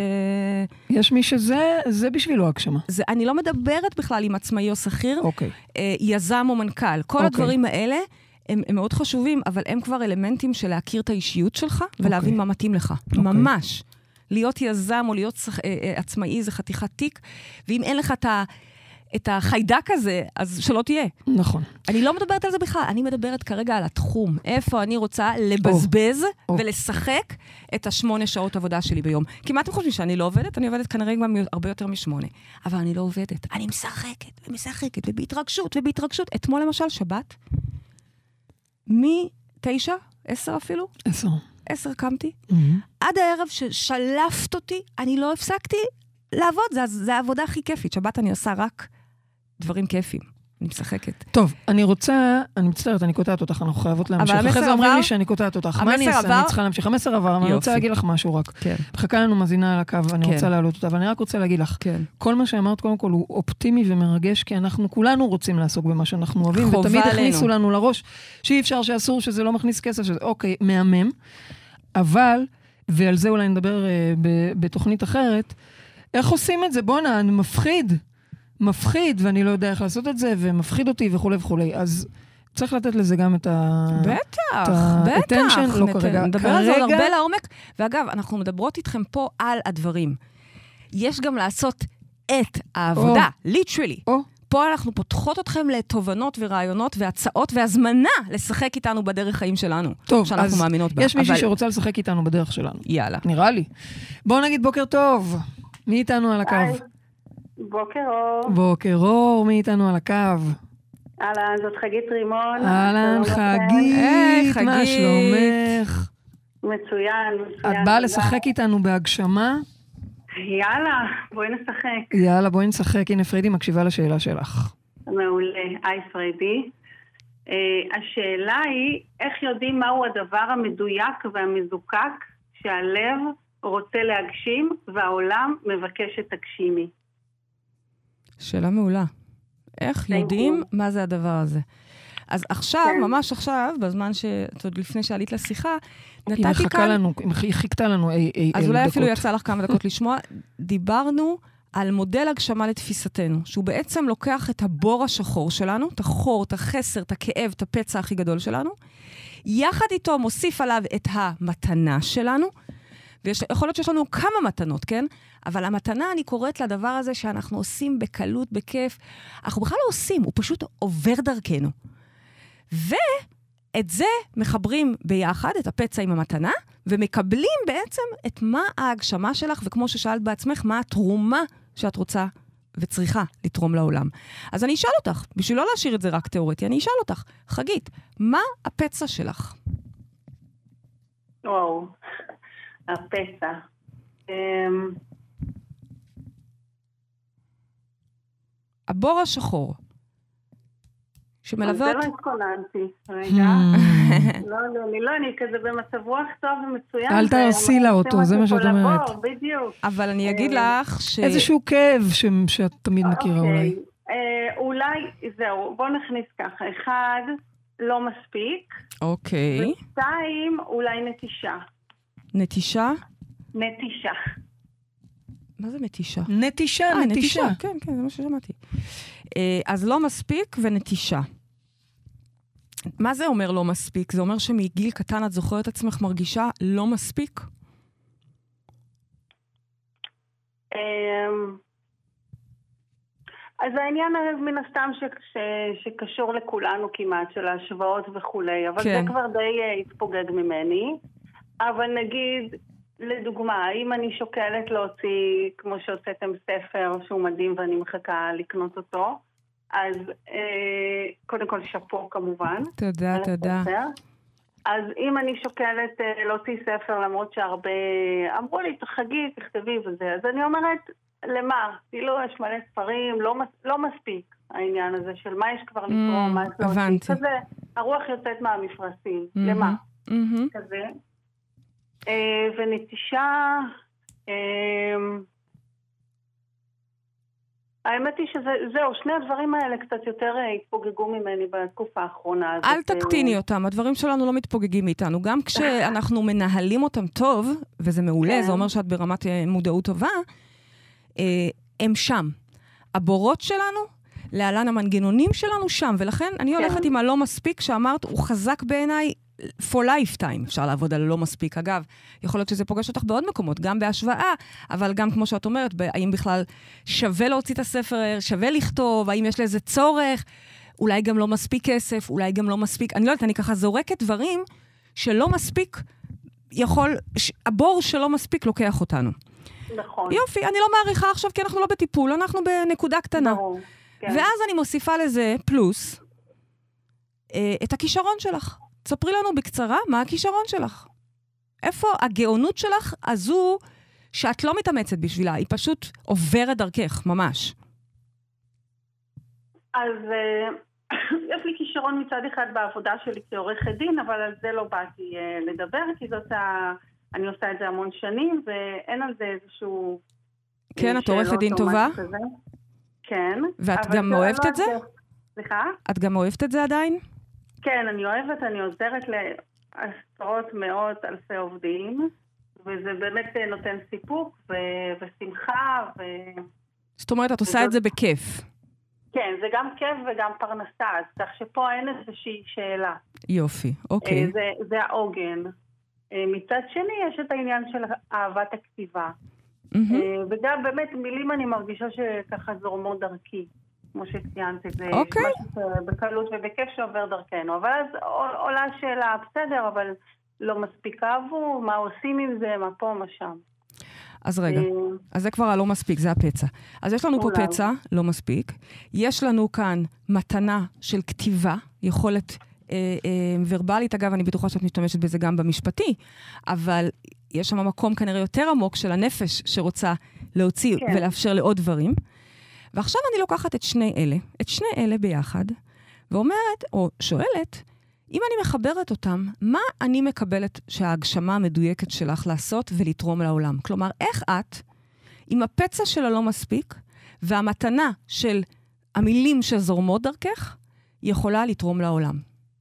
יש מי שזה בשבילו הגשמה. אני לא מדברת בכלל עם עצמאי או שכיר, יזם או מנכ"ל. כל הדברים האלה הם מאוד חשובים, אבל הם כבר אלמנטים של להכיר את האישיות שלך, ולהבין מה מתאים לך. ממש. להיות יזם או להיות עצמאי זה חתיכת תיק, ואם אין לך את החיידק הזה, אז שלא תהיה. נכון. אני לא מדברת על זה בכלל, אני מדברת כרגע על התחום. איפה אני רוצה לבזבז ולשחק את 8 שעות עבודה שלי ביום. כי מה אתם חושבים שאני לא עובדת? אני עובדת כנראה גם הרבה יותר מ8. אבל אני לא עובדת. אני משחקת, ובהתרגשות. אתמול למשל, שבת, מ9, 10 אפילו? 10 קמתי. עד הערב ששלפת אותי, אני לא הפסקתי לעבוד. זה העבודה הכי כיפית. שבת אני עושה רק דברים כיפים. אני משחקת. טוב, אני מצטערת, אני קוטעת אותך, אנחנו חייבות להמשיך. אבל אחרי זה אומרים עבר? לי שאני קוטעת אותך. מה אני המסר אעשה? עבר? אני צריכה להמשיך. המסר עבר, אבל אני רוצה להגיד לך משהו רק. כן. מחכה לנו מזינה על הקו, ואני כן. רוצה להעלות אותה, ואני רק רוצה להגיד לך, כן. כל מה שאמרת קודם כל הוא אופטימי ומרגש, כי אנחנו כולנו רוצים לעסוק במה שאנחנו אוהבים, חובה ותמיד עלינו. הכניסו לנו לראש שאי אפשר, שאסור, שזה לא מכניס כסף, שזה אוקיי, מהמם, אבל, ועל זה אולי נדבר בתוכנית אחרת, איך עושים את זה? בוא'נה, אני מפחיד, ואני לא יודע איך לעשות את זה, ומפחיד אותי וכו' וכו'. אז צריך לתת לזה גם את בטח, לא כרגע. נדבר על זה עוד הרבה לעומק. ואגב, אנחנו מדברות איתכם פה על הדברים. יש גם לעשות את העבודה, literally. פה אנחנו פותחות אתכם לתובנות ורעיונות והצעות והזמנה לשחק איתנו בדרך חיים שלנו. טוב, שאנחנו מאמינות בה. יש מישהי שרוצה לשחק איתנו בדרך שלנו. יאללה. נראה לי. בואו נגיד בוקר טוב. מי איתנו על הקו? בוקר אור. בוקר אור, מי איתנו על הקו? אהלן, זאת חגית רימון. אהלן, חגית, מה שלומך? מצוין. את באה לשחק איתנו בהגשמה? יאללה, בואי נשחק. יאללה, בואי נשחק. הנה, פרידי מקשיבה לשאלה שלך. מעולה. היי, פרידי. השאלה היא, איך יודעים מהו הדבר המדויק והמזוקק שהלב רוצה להגשים והעולם מבקש שתגשימי? שאלה מעולה. איך יודעים מה זה הדבר הזה? אז עכשיו, ממש עכשיו, בזמן עוד לפני שעלית לשיחה, נתתי כאן... היא חיכתה לנו אז אולי אפילו יצא לך כמה דקות לשמוע. דיברנו על מודל הגשמה לתפיסתנו, שהוא בעצם לוקח את הבור השחור שלנו, את החור, את החסר, את הכאב, את הפצע הכי גדול שלנו, יחד איתו מוסיף עליו את המתנה שלנו, ויכול להיות שיש לנו כמה מתנות, כן? אבל המתנה, אני קוראת לדבר הזה שאנחנו עושים בקלות, בכיף. אנחנו בכלל לא עושים, הוא פשוט עובר דרכנו. ואת זה מחברים ביחד, את הפצע עם המתנה, ומקבלים בעצם את מה ההגשמה שלך, וכמו ששאלת בעצמך, מה התרומה שאת רוצה וצריכה לתרום לעולם. אז אני אשאל אותך, בשביל לא להשאיר את זה רק תיאורטי, אני אשאל אותך, חגית, מה הפצע שלך? וואו, הפצע. הבור השחור. שמלווה זה לא התכוננתי, רגע. אני כזה במצב רוח טוב ומצוין. אל תרסי לה אותו, זה מה שאת אומרת. בדיוק. אבל אני אגיד לך איזשהו כאב שאת תמיד מכירה אולי. אולי, זהו, בוא נכניס ככה. אחד, לא מספיק. אוקיי. ושתיים, אולי נטישה. נטישה? נטישה. מה זה נטישה? נטישה. כן, זה מה ששמעתי. אז לא מספיק ונטישה. מה זה אומר לא מספיק? זה אומר שמגיל קטן את זוכרת עצמך מרגישה לא מספיק? אז העניין מן הסתם שקשור לכולנו כמעט, של ההשוואות וכולי, אבל זה כבר די התפוגג ממני. אבל נגיד, לדוגמה, אם אני שוקלת להוציא, כמו שהוצאתם ספר שהוא מדהים ואני מחכה לקנות אותו, אז קודם כל שפו כמובן. תודה. אז אם אני שוקלת להוציא ספר, למרות שהרבה אמרו לי, חגית, תכתבי וזה, אז אני אומרת, למה? כאילו יש מלא ספרים, לא מספיק העניין הזה של מה יש כבר לתרום, מה יש להוציא. כזה, הרוח יוצאת מהמפרשים. למה? כזה. ונטישה, האמת היא שזהו, שני הדברים האלה קצת יותר התפוגגו ממני בתקופה האחרונה. אל תקטיני אותם, הדברים שלנו לא מתפוגגים מאיתנו. גם כשאנחנו מנהלים אותם טוב, וזה מעולה, זה אומר שאת ברמת מודעות טובה, הם שם. הבורות שלנו, להלן המנגנונים שלנו שם, ולכן אני הולכת עם הלא מספיק, שאמרת, הוא חזק בעיניי, for lifetime, אפשר לעבוד על לא מספיק. אגב, יכול להיות שזה פוגש אותך בעוד מקומות, גם בהשוואה, אבל גם כמו שאת אומרת, האם בכלל שווה להוציא את הספר, שווה לכתוב, האם יש לזה צורך, אולי גם לא מספיק כסף, אולי גם לא מספיק, אני לא יודעת, אני ככה זורקת דברים שלא מספיק, הבור שלא מספיק לוקח אותנו. נכון. יופי, אני לא מעריכה עכשיו, כי אנחנו לא בטיפול, אנחנו בנקודה קטנה. ברור, כן. ואז אני מוסיפה לזה פלוס, את הכישרון שלך. תספרי לנו בקצרה מה הכישרון שלך. איפה הגאונות שלך הזו שאת לא מתאמצת בשבילה, היא פשוט עוברת דרכך, ממש. אז יש לי כישרון מצד אחד בעבודה שלי כעורכת דין, אבל על זה לא באתי לדבר, כי אני עושה את זה המון שנים, ואין על זה איזשהו... כן, את עורכת דין טובה? כן. ואת גם אוהבת את זה? סליחה? את גם אוהבת את זה עדיין? כן, אני אוהבת, אני עוזרת לעשרות, מאות, אלפי עובדים, וזה באמת נותן סיפוק ושמחה. זאת אומרת, את עושה את זה בכיף. כן, זה גם כיף וגם פרנסה, אז כך שפה אין איזושהי שאלה. יופי, אוקיי. זה העוגן. מצד שני, יש את העניין של אהבת הכתיבה. וגם באמת מילים אני מרגישה שככה זורמות דרכי, כמו שציינת את זה. אוקיי. משהו בקלות ובכיף שעובר דרכנו. אבל אז עולה שאלה, בסדר, אבל לא מספיק אהבו, מה עושים עם זה, מה פה, מה שם. אז רגע, אז זה כבר הלא מספיק, זה הפצע. אז יש לנו פה פצע, לא מספיק. יש לנו כאן מתנה של כתיבה, יכולת ורבלית, אגב, אני בטוחה שאת משתמשת בזה גם במשפטי, אבל יש שם מקום כנראה יותר עמוק של הנפש שרוצה להוציא ולאפשר לעוד דברים. ועכשיו אני לוקחת את שני אלה ביחד, ואומרת, או שואלת, אם אני מחברת אותם, מה אני מקבלת שההגשמה המדויקת שלך לעשות ולתרום לעולם? כלומר, איך את, עם הפצע שלה לא מספיק, והמתנה של המילים שזורמות דרכך, יכולה לתרום לעולם?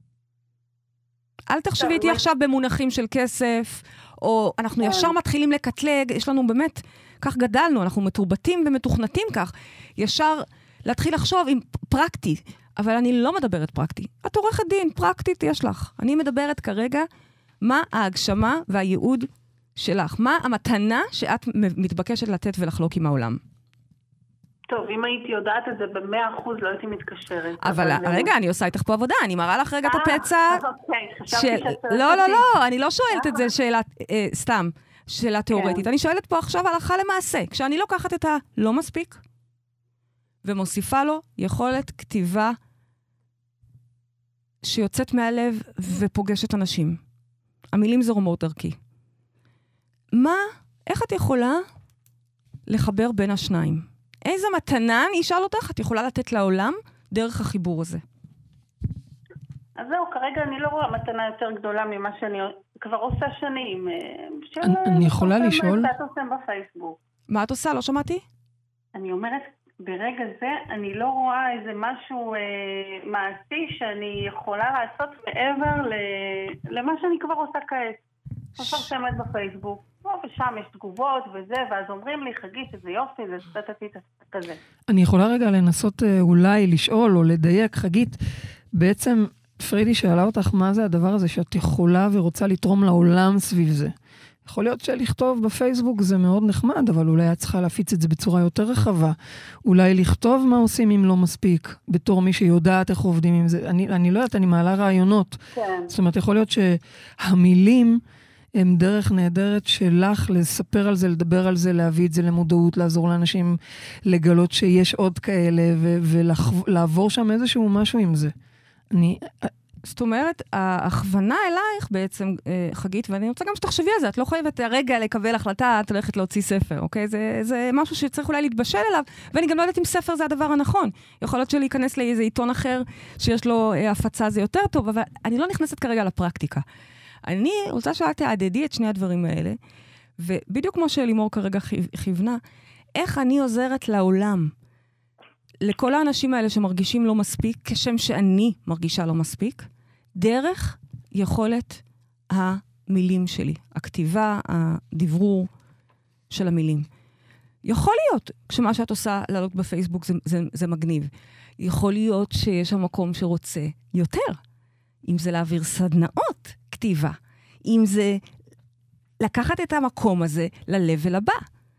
אל תחשבי איתי עכשיו במונחים של כסף, או אנחנו ישר מתחילים לקטלג, יש לנו באמת, כך גדלנו, אנחנו מתורבתים ומתוכנתים כך, ישר להתחיל לחשוב עם פרקטי, אבל אני לא מדברת פרקטי. את עורכת דין, פרקטית יש לך. אני מדברת כרגע מה ההגשמה והייעוד שלך, מה המתנה שאת מתבקשת לתת ולחלוק עם העולם. טוב, אם הייתי יודעת את זה ב100% לא הייתי מתקשרת. אבל רגע, אני עושה איתך פה עבודה, אני מראה לך רגע את הפצע. לא, אני לא שואלת את זה שאלה, סתם, שאלה תיאורטית. אני שואלת פה עכשיו הלכה למעשה. כשאני לוקחת את הלא מספיק, ומוסיפה לו יכולת כתיבה שיוצאת מהלב ופוגשת אנשים. המילים זורמות דרכי. איך את יכולה לחבר בין השניים? איזה מתנה, אני אשאל אותך, את יכולה לתת לעולם דרך החיבור הזה? אז זהו, כרגע אני לא רואה מתנה יותר גדולה ממה שאני כבר עושה שנים. אני יכולה לשאול? מה את עושה? לא שמעתי? אני אומרת, ברגע זה אני לא רואה איזה משהו מעשי שאני יכולה לעשות מעבר למה שאני כבר עושה כעת. מפרסמת בפייסבוק, ושם יש תגובות וזה, ואז אומרים לי, חגית, איזה יופי, זה סטטטית כזה. אני יכולה רגע לנסות אולי לשאול או לדייק, חגית, בעצם פרידי שאלה אותך מה זה הדבר הזה שאת יכולה ורוצה לתרום לעולם סביב זה. יכול להיות שלכתוב בפייסבוק זה מאוד נחמד, אבל אולי את צריכה להפיץ את זה בצורה יותר רחבה. אולי לכתוב מה עושים אם לא מספיק, בתור מי שיודעת איך עובדים עם זה. אני לא יודעת, אני מעלה רעיונות. כן. זאת אומרת, יכול להיות שהמילים הם דרך נהדרת שלך לספר על זה, לדבר על זה, להביא את זה למודעות, לעזור לאנשים לגלות שיש עוד כאלה, ולעבור שם איזשהו משהו עם זה. זאת אומרת, ההכוונה אלייך בעצם, חגית, ואני רוצה גם שתחשבי על זה, את לא חייבת הרגע לקבל החלטה, את הולכת להוציא ספר, אוקיי? זה משהו שצריך אולי להתבשל אליו, ואני גם לא יודעת אם ספר זה הדבר הנכון. יכול להיות שלהיכנס לאיזה עיתון אחר, שיש לו הפצה זה יותר טוב, אבל אני לא נכנסת כרגע לפרקטיקה. אני רוצה שאת תעדדי את שני הדברים האלה, ובדיוק כמו שלימור כרגע כיוונה, איך אני עוזרת לעולם, לכל האנשים האלה שמרגישים לא מספיק, כשם שאני מרגישה לא מספיק, דרך יכולת המילים שלי, הכתיבה, הדברור של המילים. יכול להיות, כשמה שאת עושה לעלות בפייסבוק זה מגניב. יכול להיות שיש שם מקום שרוצה יותר. אם זה להעביר סדנאות כתיבה, אם זה לקחת את המקום הזה ל-level הבא.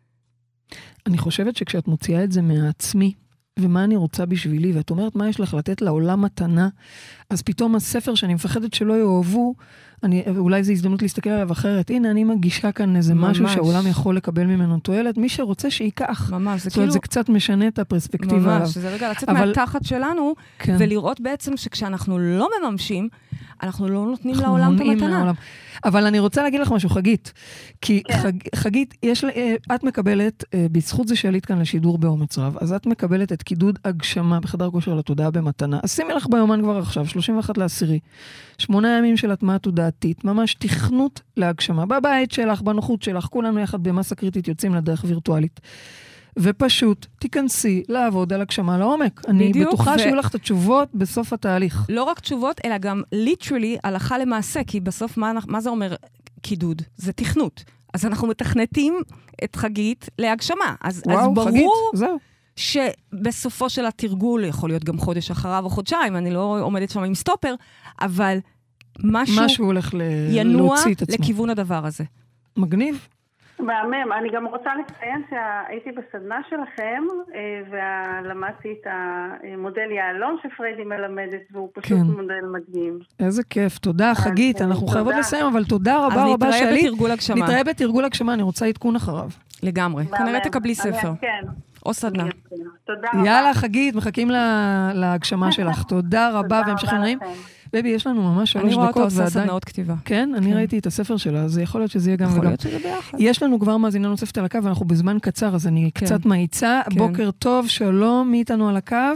אני חושבת שכשאת מוציאה את זה מעצמי, ומה אני רוצה בשבילי, ואת אומרת מה יש לך לתת לעולם מתנה, אז פתאום הספר שאני מפחדת שלא יאהבו, אולי זו הזדמנות להסתכל עליו אחרת. הנה, אני מגישה כאן איזה משהו שהעולם יכול לקבל ממנו תועלת, מי שרוצה שייקח. ממש, זאת אומרת, זה קצת משנה את הפרספקטיבה. ממש, זה רגע לצאת מהתחת שלנו, ולראות בעצם שכשאנחנו לא מממשים, אנחנו לא נותנים לעולם את המתנה. אבל אני רוצה להגיד לך משהו, חגית. כי חגית, את מקבלת, בזכות זה שעלית כאן לשידור באומץ רב, אז את מקבלת את קידוד הגשמה בחדר כושר לתודעה במתנה. אז שימי לך ביומן כבר עכשיו, 31/10, 8 ימים של הטמעה תודעתית, ממש תכנות להגשמה. בבית שלך, בנוחות שלך, כולנו יחד במסה קריטית יוצאים לדרך וירטואלית. ופשוט תיכנסי לעבוד על הגשמה לעומק. אני בטוחה שיהיו לך את התשובות בסוף התהליך. לא רק תשובות, אלא גם literally הלכה למעשה, כי בסוף מה זה אומר קידוד? זה תכנות. אז אנחנו מתכנתים את חגית להגשמה. אז ברור שבסופו של התרגול, יכול להיות גם חודש אחריו או חודשיים, אני לא עומדת שם עם סטופר, אבל משהו הולך ינוע לכיוון הדבר הזה. מגניב. מהמם. אני גם רוצה לציין שהייתי בסדנה שלכם, ולמדתי את המודל יעלון שפריידי מלמדת, והוא פשוט מודל מדהים. איזה כיף. תודה, חגית. אנחנו חייבות לסיים, אבל תודה רבה רבה שעלית. אז נתראה בתרגול הגשמה. נתראה בתרגול הגשמה, אני רוצה עדכון אחריו. לגמרי. כנראה תקבלי ספר. או סדנה. תודה רבה. יאללה, חגית, מחכים להגשמה שלך. תודה רבה, והמשך נעים. בבי, יש לנו ממש 3 דקות. אני רואה אותו עושה סדנאות כתיבה. כן, אני ראיתי את הספר שלה, אז יכול להיות שזה יהיה גם וגם. יכול להיות שזה ביחד. יש לנו כבר מאזינה נוספת על הקו, ואנחנו בזמן קצר, אז אני קצת מאיצה. בוקר טוב, שלום, מי איתנו על הקו?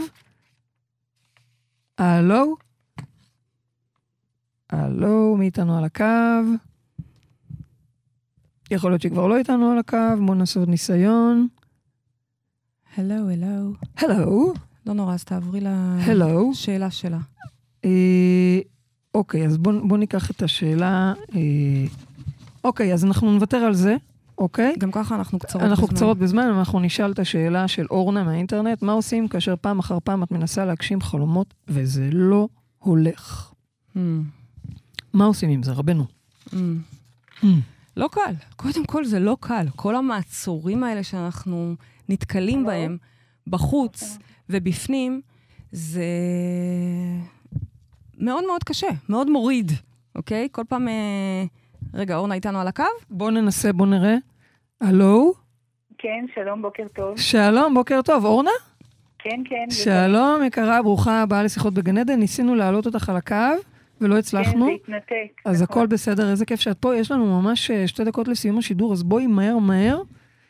הלו? הלו, מי איתנו על הקו? יכול להיות שכבר לא איתנו על הקו, בואו נעשה עוד ניסיון. הלו. הלו. לא נורא, אז תעברי לשאלה שלה. אוקיי, אז בוא ניקח את השאלה. אוקיי, אז אנחנו נוותר על זה, אוקיי? גם ככה אנחנו קצרות בזמן. אנחנו קצרות בזמן, אנחנו נשאל את השאלה של אורנה מהאינטרנט, מה עושים כאשר פעם אחר פעם את מנסה להגשים חלומות, וזה לא הולך? מה עושים עם זה, רבנו? לא קל. קודם כל זה לא קל. כל המעצורים האלה שאנחנו נתקלים בהם, בחוץ ובפנים, זה מאוד מאוד קשה, מאוד מוריד, אוקיי? כל פעם, רגע, אורנה איתנו על הקו? בוא ננסה, בוא נראה. הלו? כן, שלום, בוקר טוב. שלום, בוקר טוב. אורנה? כן. שלום, יקרה, ברוכה הבאה לשיחות בגן עדן. ניסינו להעלות אותך על הקו, ולא הצלחנו. כן, זה התנתק. אז הכל בסדר, איזה כיף שאת פה. יש לנו ממש 2 דקות לסיום השידור, אז בואי מהר.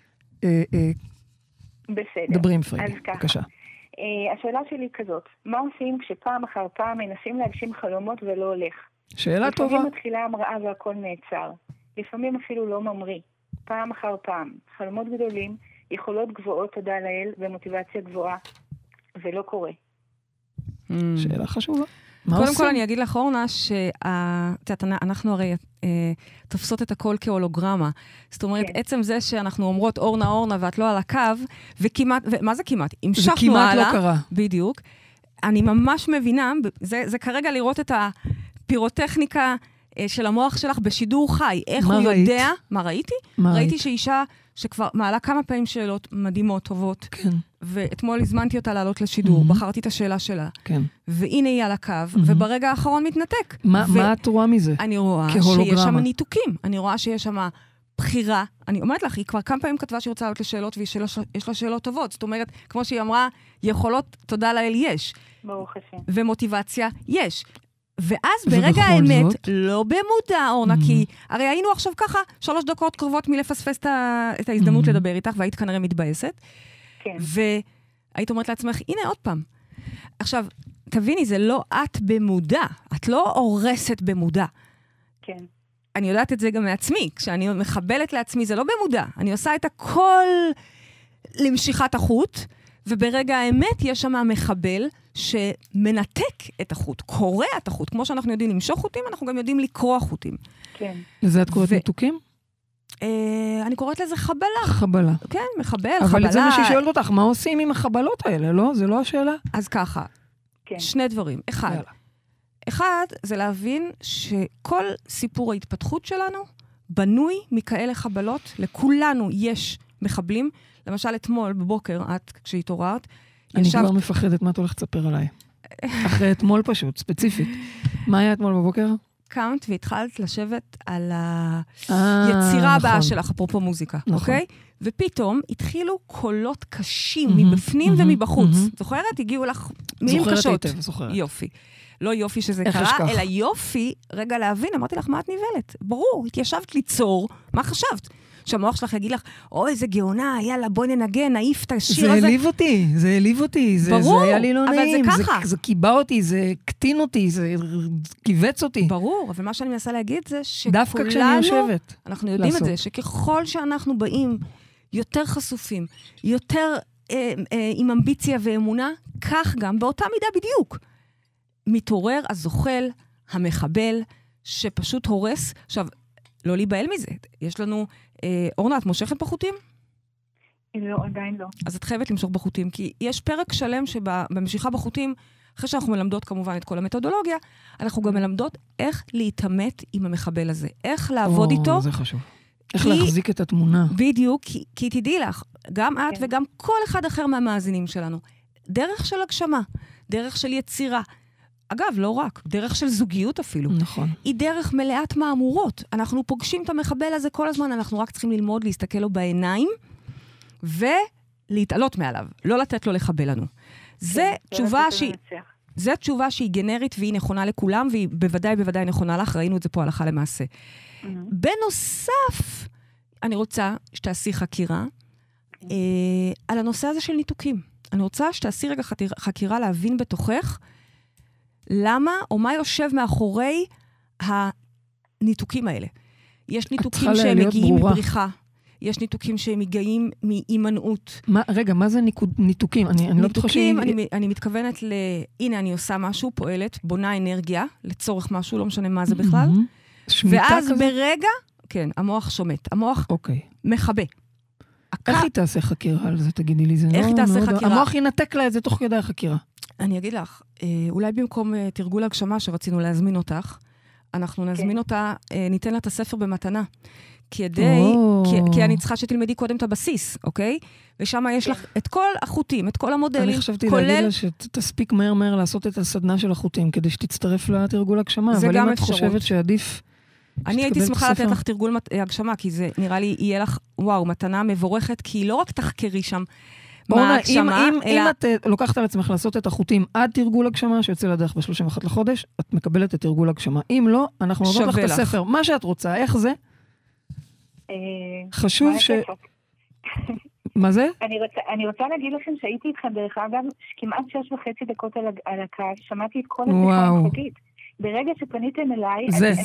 בסדר. דברי עם פריידי, בבקשה. השאלה שלי היא כזאת, מה עושים כשפעם אחר פעם מנסים להגשים חלומות ולא הולך? שאלה טובה. לפעמים מתחילה המראה והכל נעצר. לפעמים אפילו לא ממריא. פעם אחר פעם. חלומות גדולים, יכולות גבוהות, תודה לאל, ומוטיבציה גבוהה, ולא קורה. שאלה חשובה. קודם כל אני אגיד לך, אורנה, שאנחנו הרי תופסות את הכל כהולוגרמה. זאת אומרת, עצם זה שאנחנו אומרות אורנה, ואת לא על הקו, וכמעט, מה זה כמעט? המשכנו הלאה. זה כמעט לא קרה. בדיוק. אני ממש מבינה, זה כרגע לראות את הפירוטכניקה של המוח שלך בשידור חי. איך הוא יודע? מה ראיתי? ראיתי שאישה שכבר מעלה כמה פעמים שאלות מדהימות, טובות. כן. ואתמול הזמנתי אותה לעלות לשידור, בחרתי את השאלה שלה. כן. והנה היא על הקו, וברגע האחרון מתנתק. מה את רואה מזה? אני רואה שיש שם ניתוקים. אני רואה שיש שם בחירה. אני אומרת לך, היא כבר כמה פעמים כתבה שהיא רוצה לעלות לשאלות, ויש לה שאלות טובות. זאת אומרת, כמו שהיא אמרה, יכולות, תודה לאל, יש. ברוך השם. ומוטיבציה, יש. ואז ברגע האמת, לא במודע, אורנה, כי הרי היינו עכשיו ככה 3 דקות קרובות מלפספס את ההזדמנות לדבר איתך, והיית כנראה מתבאסת. כן. והיית אומרת לעצמך, הנה עוד פעם. עכשיו, תביני, זה לא את במודע. את לא הורסת במודע. כן. אני יודעת את זה גם מעצמי. כשאני מחבלת לעצמי, זה לא במודע. אני עושה את הכל למשיכת החוט, וברגע האמת יש שם מחבל שמנתק את החוט, קורע את החוט. כמו שאנחנו יודעים למשוך חוטים, אנחנו גם יודעים לקרוע חוטים. כן. לזה את קוראת ניתוקים? אני קוראת לזה חבלה. חבלה. כן, מחבל, אבל חבלה. אבל זה מה ששואלת אותך, מה עושים עם החבלות האלה, לא? זה לא השאלה? אז ככה, כן. 2 דברים. אחד, זה להבין שכל סיפור ההתפתחות שלנו בנוי מכאלה חבלות. לכולנו יש מחבלים. למשל, אתמול בבוקר, את, כשהתעוררת, אני כבר מפחדת מה את הולכת לספר עליי. אחרי אתמול פשוט, ספציפית. מה היה אתמול בבוקר? קמת והתחלת לשבת על היצירה הבאה שלך, אפרופו מוזיקה, אוקיי? ופתאום התחילו קולות קשים מבפנים ומבחוץ. זוכרת? הגיעו לך מילים קשות. זוכרת. יופי. לא יופי שזה קרה, אלא יופי, רגע להבין, אמרתי לך, מה את ניבלת? ברור, התיישבת ליצור, מה חשבת? שהמוח שלך יגיד לך, איזה גאונה, יאללה, בואי ננגן, נעיף את השיר הזה. זה העליב אותי, זה היה לי לא נעים, זה קיבע אותי, זה קטין אותי, זה קיבץ אותי. ברור, אבל מה שאני מנסה להגיד זה דווקא כשאני יושבת. אנחנו יודעים את זה, שככל שאנחנו באים יותר חשופים, יותר עם אמביציה ואמונה, כך גם, באותה מידה בדיוק. מתעורר הזוחל, המחבל, שפשוט הורס. עכשיו, לא להיבהל מזה. יש לנו... אורנה, את מושכת בחוטים? לא, עדיין לא. אז את חייבת למשוך בחוטים, כי יש פרק שלם שבמשיכה בחוטים, אחרי שאנחנו מלמדות כמובן את כל המתודולוגיה, אנחנו גם מלמדות איך להתאמת עם המחבל הזה. איך לעבוד איתו. זה חשוב. איך להחזיק את התמונה. בדיוק, כי תדעי לך, גם את וגם כל אחד אחר מהמאזינים שלנו, דרך של הגשמה, דרך של יצירה, אגב, לא רק, דרך של זוגיות אפילו. נכון. היא דרך מלאת מאמורות. אנחנו פוגשים את המחבל הזה כל הזמן, אנחנו רק צריכים ללמוד, להסתכל לו בעיניים, ולהתעלות מעליו, לא לתת לו לחבל לנו. זה תשובה שהיא גנרית, והיא נכונה לכולם, והיא בוודאי נכונה לך, ראינו את זה פה הלכה למעשה. בנוסף, אני רוצה שתעשי חקירה, על הנושא הזה של ניתוקים. אני רוצה שתעשי רגע חקירה להבין בתוכך, למה או מה יושב מאחורי הניתוקים האלה. יש ניתוקים שהם מגיעים מבריחה, יש ניתוקים שהם מגיעים מהימנעות. רגע, מה זה ניתוקים? ניתוקים, אני מתכוונת הנה אני עושה משהו, פועלת, בונה אנרגיה, לצורך משהו, לא משנה מה זה בכלל. ואז ברגע, כן, המוח שומט, המוח מחבא. איך היא תעשה חקירה על זה, תגידי לי? איך היא תעשה חקירה? המוח ינתק לה את זה תוך כדי החקירה. אני אגיד לך, אולי במקום תרגול הגשמה שרצינו להזמין אותך, אנחנו נזמין אותה, ניתן לה את הספר במתנה. כי אני צריכה שתלמדי קודם את הבסיס, אוקיי? ושם יש לך את כל החוטים, את כל המודלים. אני חשבתי להגיד לה שתספיק מהר לעשות את הסדנה של החוטים, כדי שתצטרף לתרגול הגשמה. זה גם אפשרות. אבל אם את חושבת שעדיף... אני הייתי שמחה לתת לך תרגול הגשמה, כי זה נראה לי יהיה לך, מתנה מבורכת, כי לא רק תחקרי שם מה הגשמה, אם את לוקחת על עצמך לעשות את החוטים עד תרגול הגשמה, שיוצא לדרך ב-31 לחודש, את מקבלת את תרגול הגשמה. אם לא, אנחנו נותנות לך את הספר. מה שאת רוצה, איך זה? חשוב ש... מה זה? אני רוצה להגיד לכם שהייתי איתך דרך אגב, כמעט 6.5 דקות על הקו, שמעתי את כל השיחה המחתית. ברגע שפניתם אליי,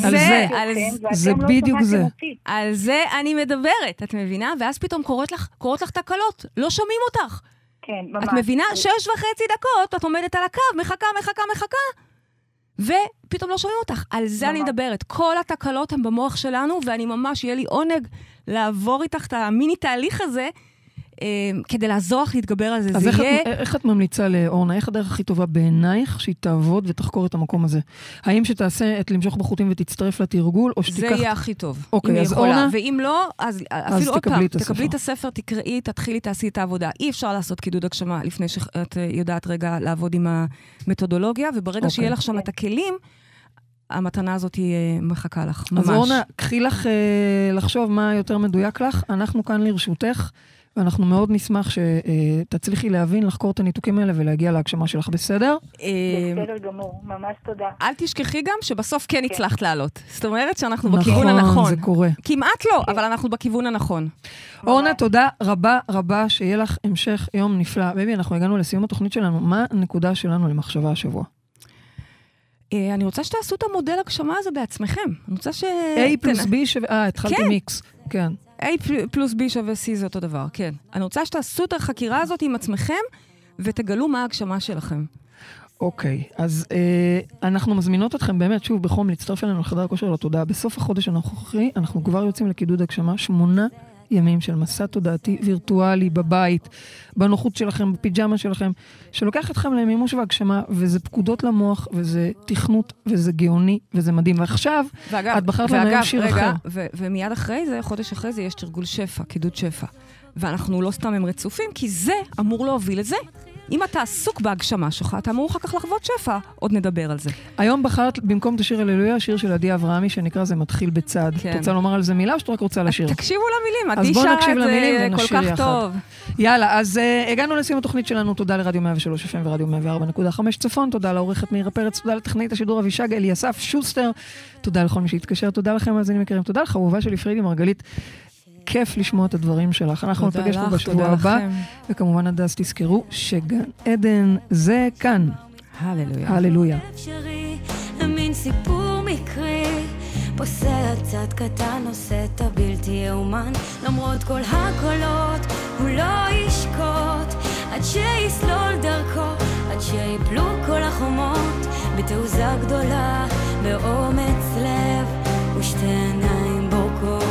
זה בדיוק זה. על זה אני מדברת, את מבינה? ואז פתאום קורות לך תקלות, לא שומעים אותך. כן, ממש. את מבינה? 6.5 דקות, את עומדת על הקו, מחכה, ופתאום לא שומעים אותך. על זה אני מדברת. כל התקלות הן במוח שלנו, ואני ממש, יהיה לי עונג לעבור איתך את המיני תהליך הזה, כדי לעזור לך להתגבר על זה. אז איך את ממליצה לאורנה? איך הדרך הכי טובה בעינייך שהיא תעבוד ותחקור את המקום הזה? האם שתעשה את למשוך בחוטים ותצטרף לתרגול, או שתיקח... זה יהיה הכי טוב. אוקיי, אז אורנה... ואם לא, אז אפילו עוד פעם, תקבלי את הספר, תקראי, תתחילי, תעשי את העבודה. אי אפשר לעשות קידוד הגשמה לפני שאת יודעת רגע לעבוד עם המתודולוגיה, וברגע שיהיה לך שם את הכלים, המתנה הזאת היא מחכה לך, ממש. אז אורנה, קחי לך לחשוב מה יותר מדויק לך. אנחנו כאן לרשותך. ואנחנו מאוד נשמח שתצליחי להבין, לחקור את הניתוקים האלה ולהגיע להגשמה שלך, בסדר? בסדר גמור, ממש תודה. אל תשכחי גם שבסוף כן הצלחת לעלות. זאת אומרת שאנחנו בכיוון הנכון. נכון, זה קורה. כמעט לא, אבל אנחנו בכיוון הנכון. אורנה, תודה רבה שיהיה לך המשך יום נפלא. בייבי, אנחנו הגענו לסיום התוכנית שלנו. מה הנקודה שלנו למחשבה השבוע? אני רוצה שתעשו את המודל הגשמה הזה בעצמכם. אני רוצה A פלוס B שווה... התחלתי מיקס. כן. A פלוס B שווה C זה אותו דבר, כן. אני רוצה שתעשו את החקירה הזאת עם עצמכם, ותגלו מה ההגשמה שלכם. אוקיי, אז אנחנו מזמינות אתכם באמת, שוב, בחום, להצטרף אלינו לחדר הכושר לתודעה. בסוף החודש הנוכחי, אנחנו כבר יוצאים לקידוד הגשמה, 8 ימים של מסע תודעתי וירטואלי בבית, בנוחות שלכם, בפיג'מה שלכם, שלוקח אתכם למימוש והגשמה, וזה פקודות למוח, וזה תכנות, וזה גאוני, וזה מדהים. ועכשיו, את בחרת לנו שיר אחר. ומיד אחרי זה, חודש אחרי זה, יש תרגול שפע, קידוד שפע. ואנחנו לא סתם הם רצופים, כי זה אמור להוביל את זה. אם אתה עסוק בהגשמה שלך, אתה אמור אחר כך לחוות שפע. עוד נדבר על זה. היום בחרת במקום תשיר הללויה, שיר של עדי אברהמי, שנקרא זה מתחיל בצד. את רוצה לומר על זה מילה או שאתה רק רוצה לשיר? תקשיבו למילים, עדי שרה את זה כל כך טוב. יאללה, אז הגענו לסיום התוכנית שלנו. תודה לרדיו 103 FM ורדיו 104.5 צפון. תודה לעורכת מאירה פרץ, תודה לטכנאית השידור אבישג אליסף שוסטר. תודה לכל מי שהתקשר, תודה לכם מאזינים יקרים. תודה לך, אהובה שלי פרידי מרגלית. כיף לשמוע את הדברים שלך. אנחנו נפגש פה בשבוע הבא, וכמובן עד אז תזכרו שגן עדן זה כאן. הללויה. הללויה. מין סיפור מקרי, פוסע צד קטן, עושה את הבלתי יאומן, למרות כל הקולות הוא לא ישקוט, עד שיסלול דרכו, עד שיפלו כל החומות, בתעוזה גדולה, באומץ לב ושתי עיניים בורקות.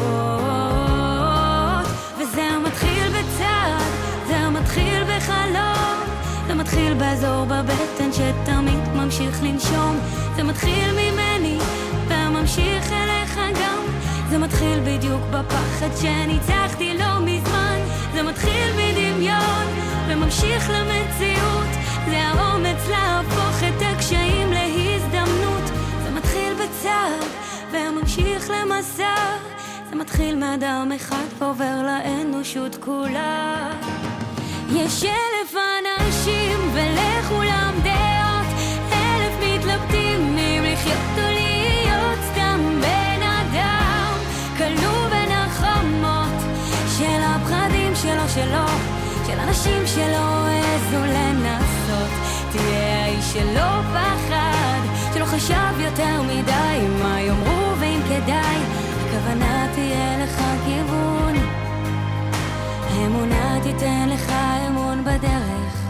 וזה מתחיל בצד, זה מתחיל בחלום, זה מתחיל באזור בבטן שתמיד ממשיך לנשום, זה מתחיל ממני וממשיך אליך גם, זה מתחיל בדיוק בפחד שניצחתי לא מזמן, זה מתחיל מדמיון וממשיך למציאות, זה האומץ להפוך את הקשיים להזדמנות, זה מתחיל בצד וממשיך למסע, זה מתחיל מאדם אחד ועובר לאנושות כולה. יש 1,000 אנשים ולכולם דעות, 1,000 מתלבטים אם לחיות או להיות סתם בן אדם, כלוא בין החומות של הפחדים שלו של אנשים שלא העזו לנסות. תהיה האיש שלא פחד, שלא חשב יותר מדי מה יאמרו ואם כדאי, הכוונה תהיה לך כיוון, האמונה תיתן לך אמון בדרך.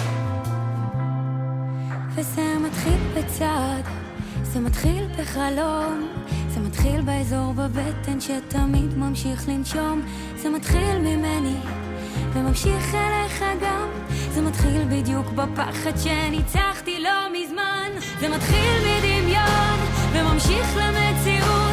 וזה מתחיל בצד, זה מתחיל בחלום, זה מתחיל באזור בבטן שתמיד ממשיך לנשום, זה מתחיל ממני וממשיך אליך גם, זה מתחיל בדיוק בפחד שניצחתי לא מזמן, זה מתחיל מדמיון וממשיך למציאות,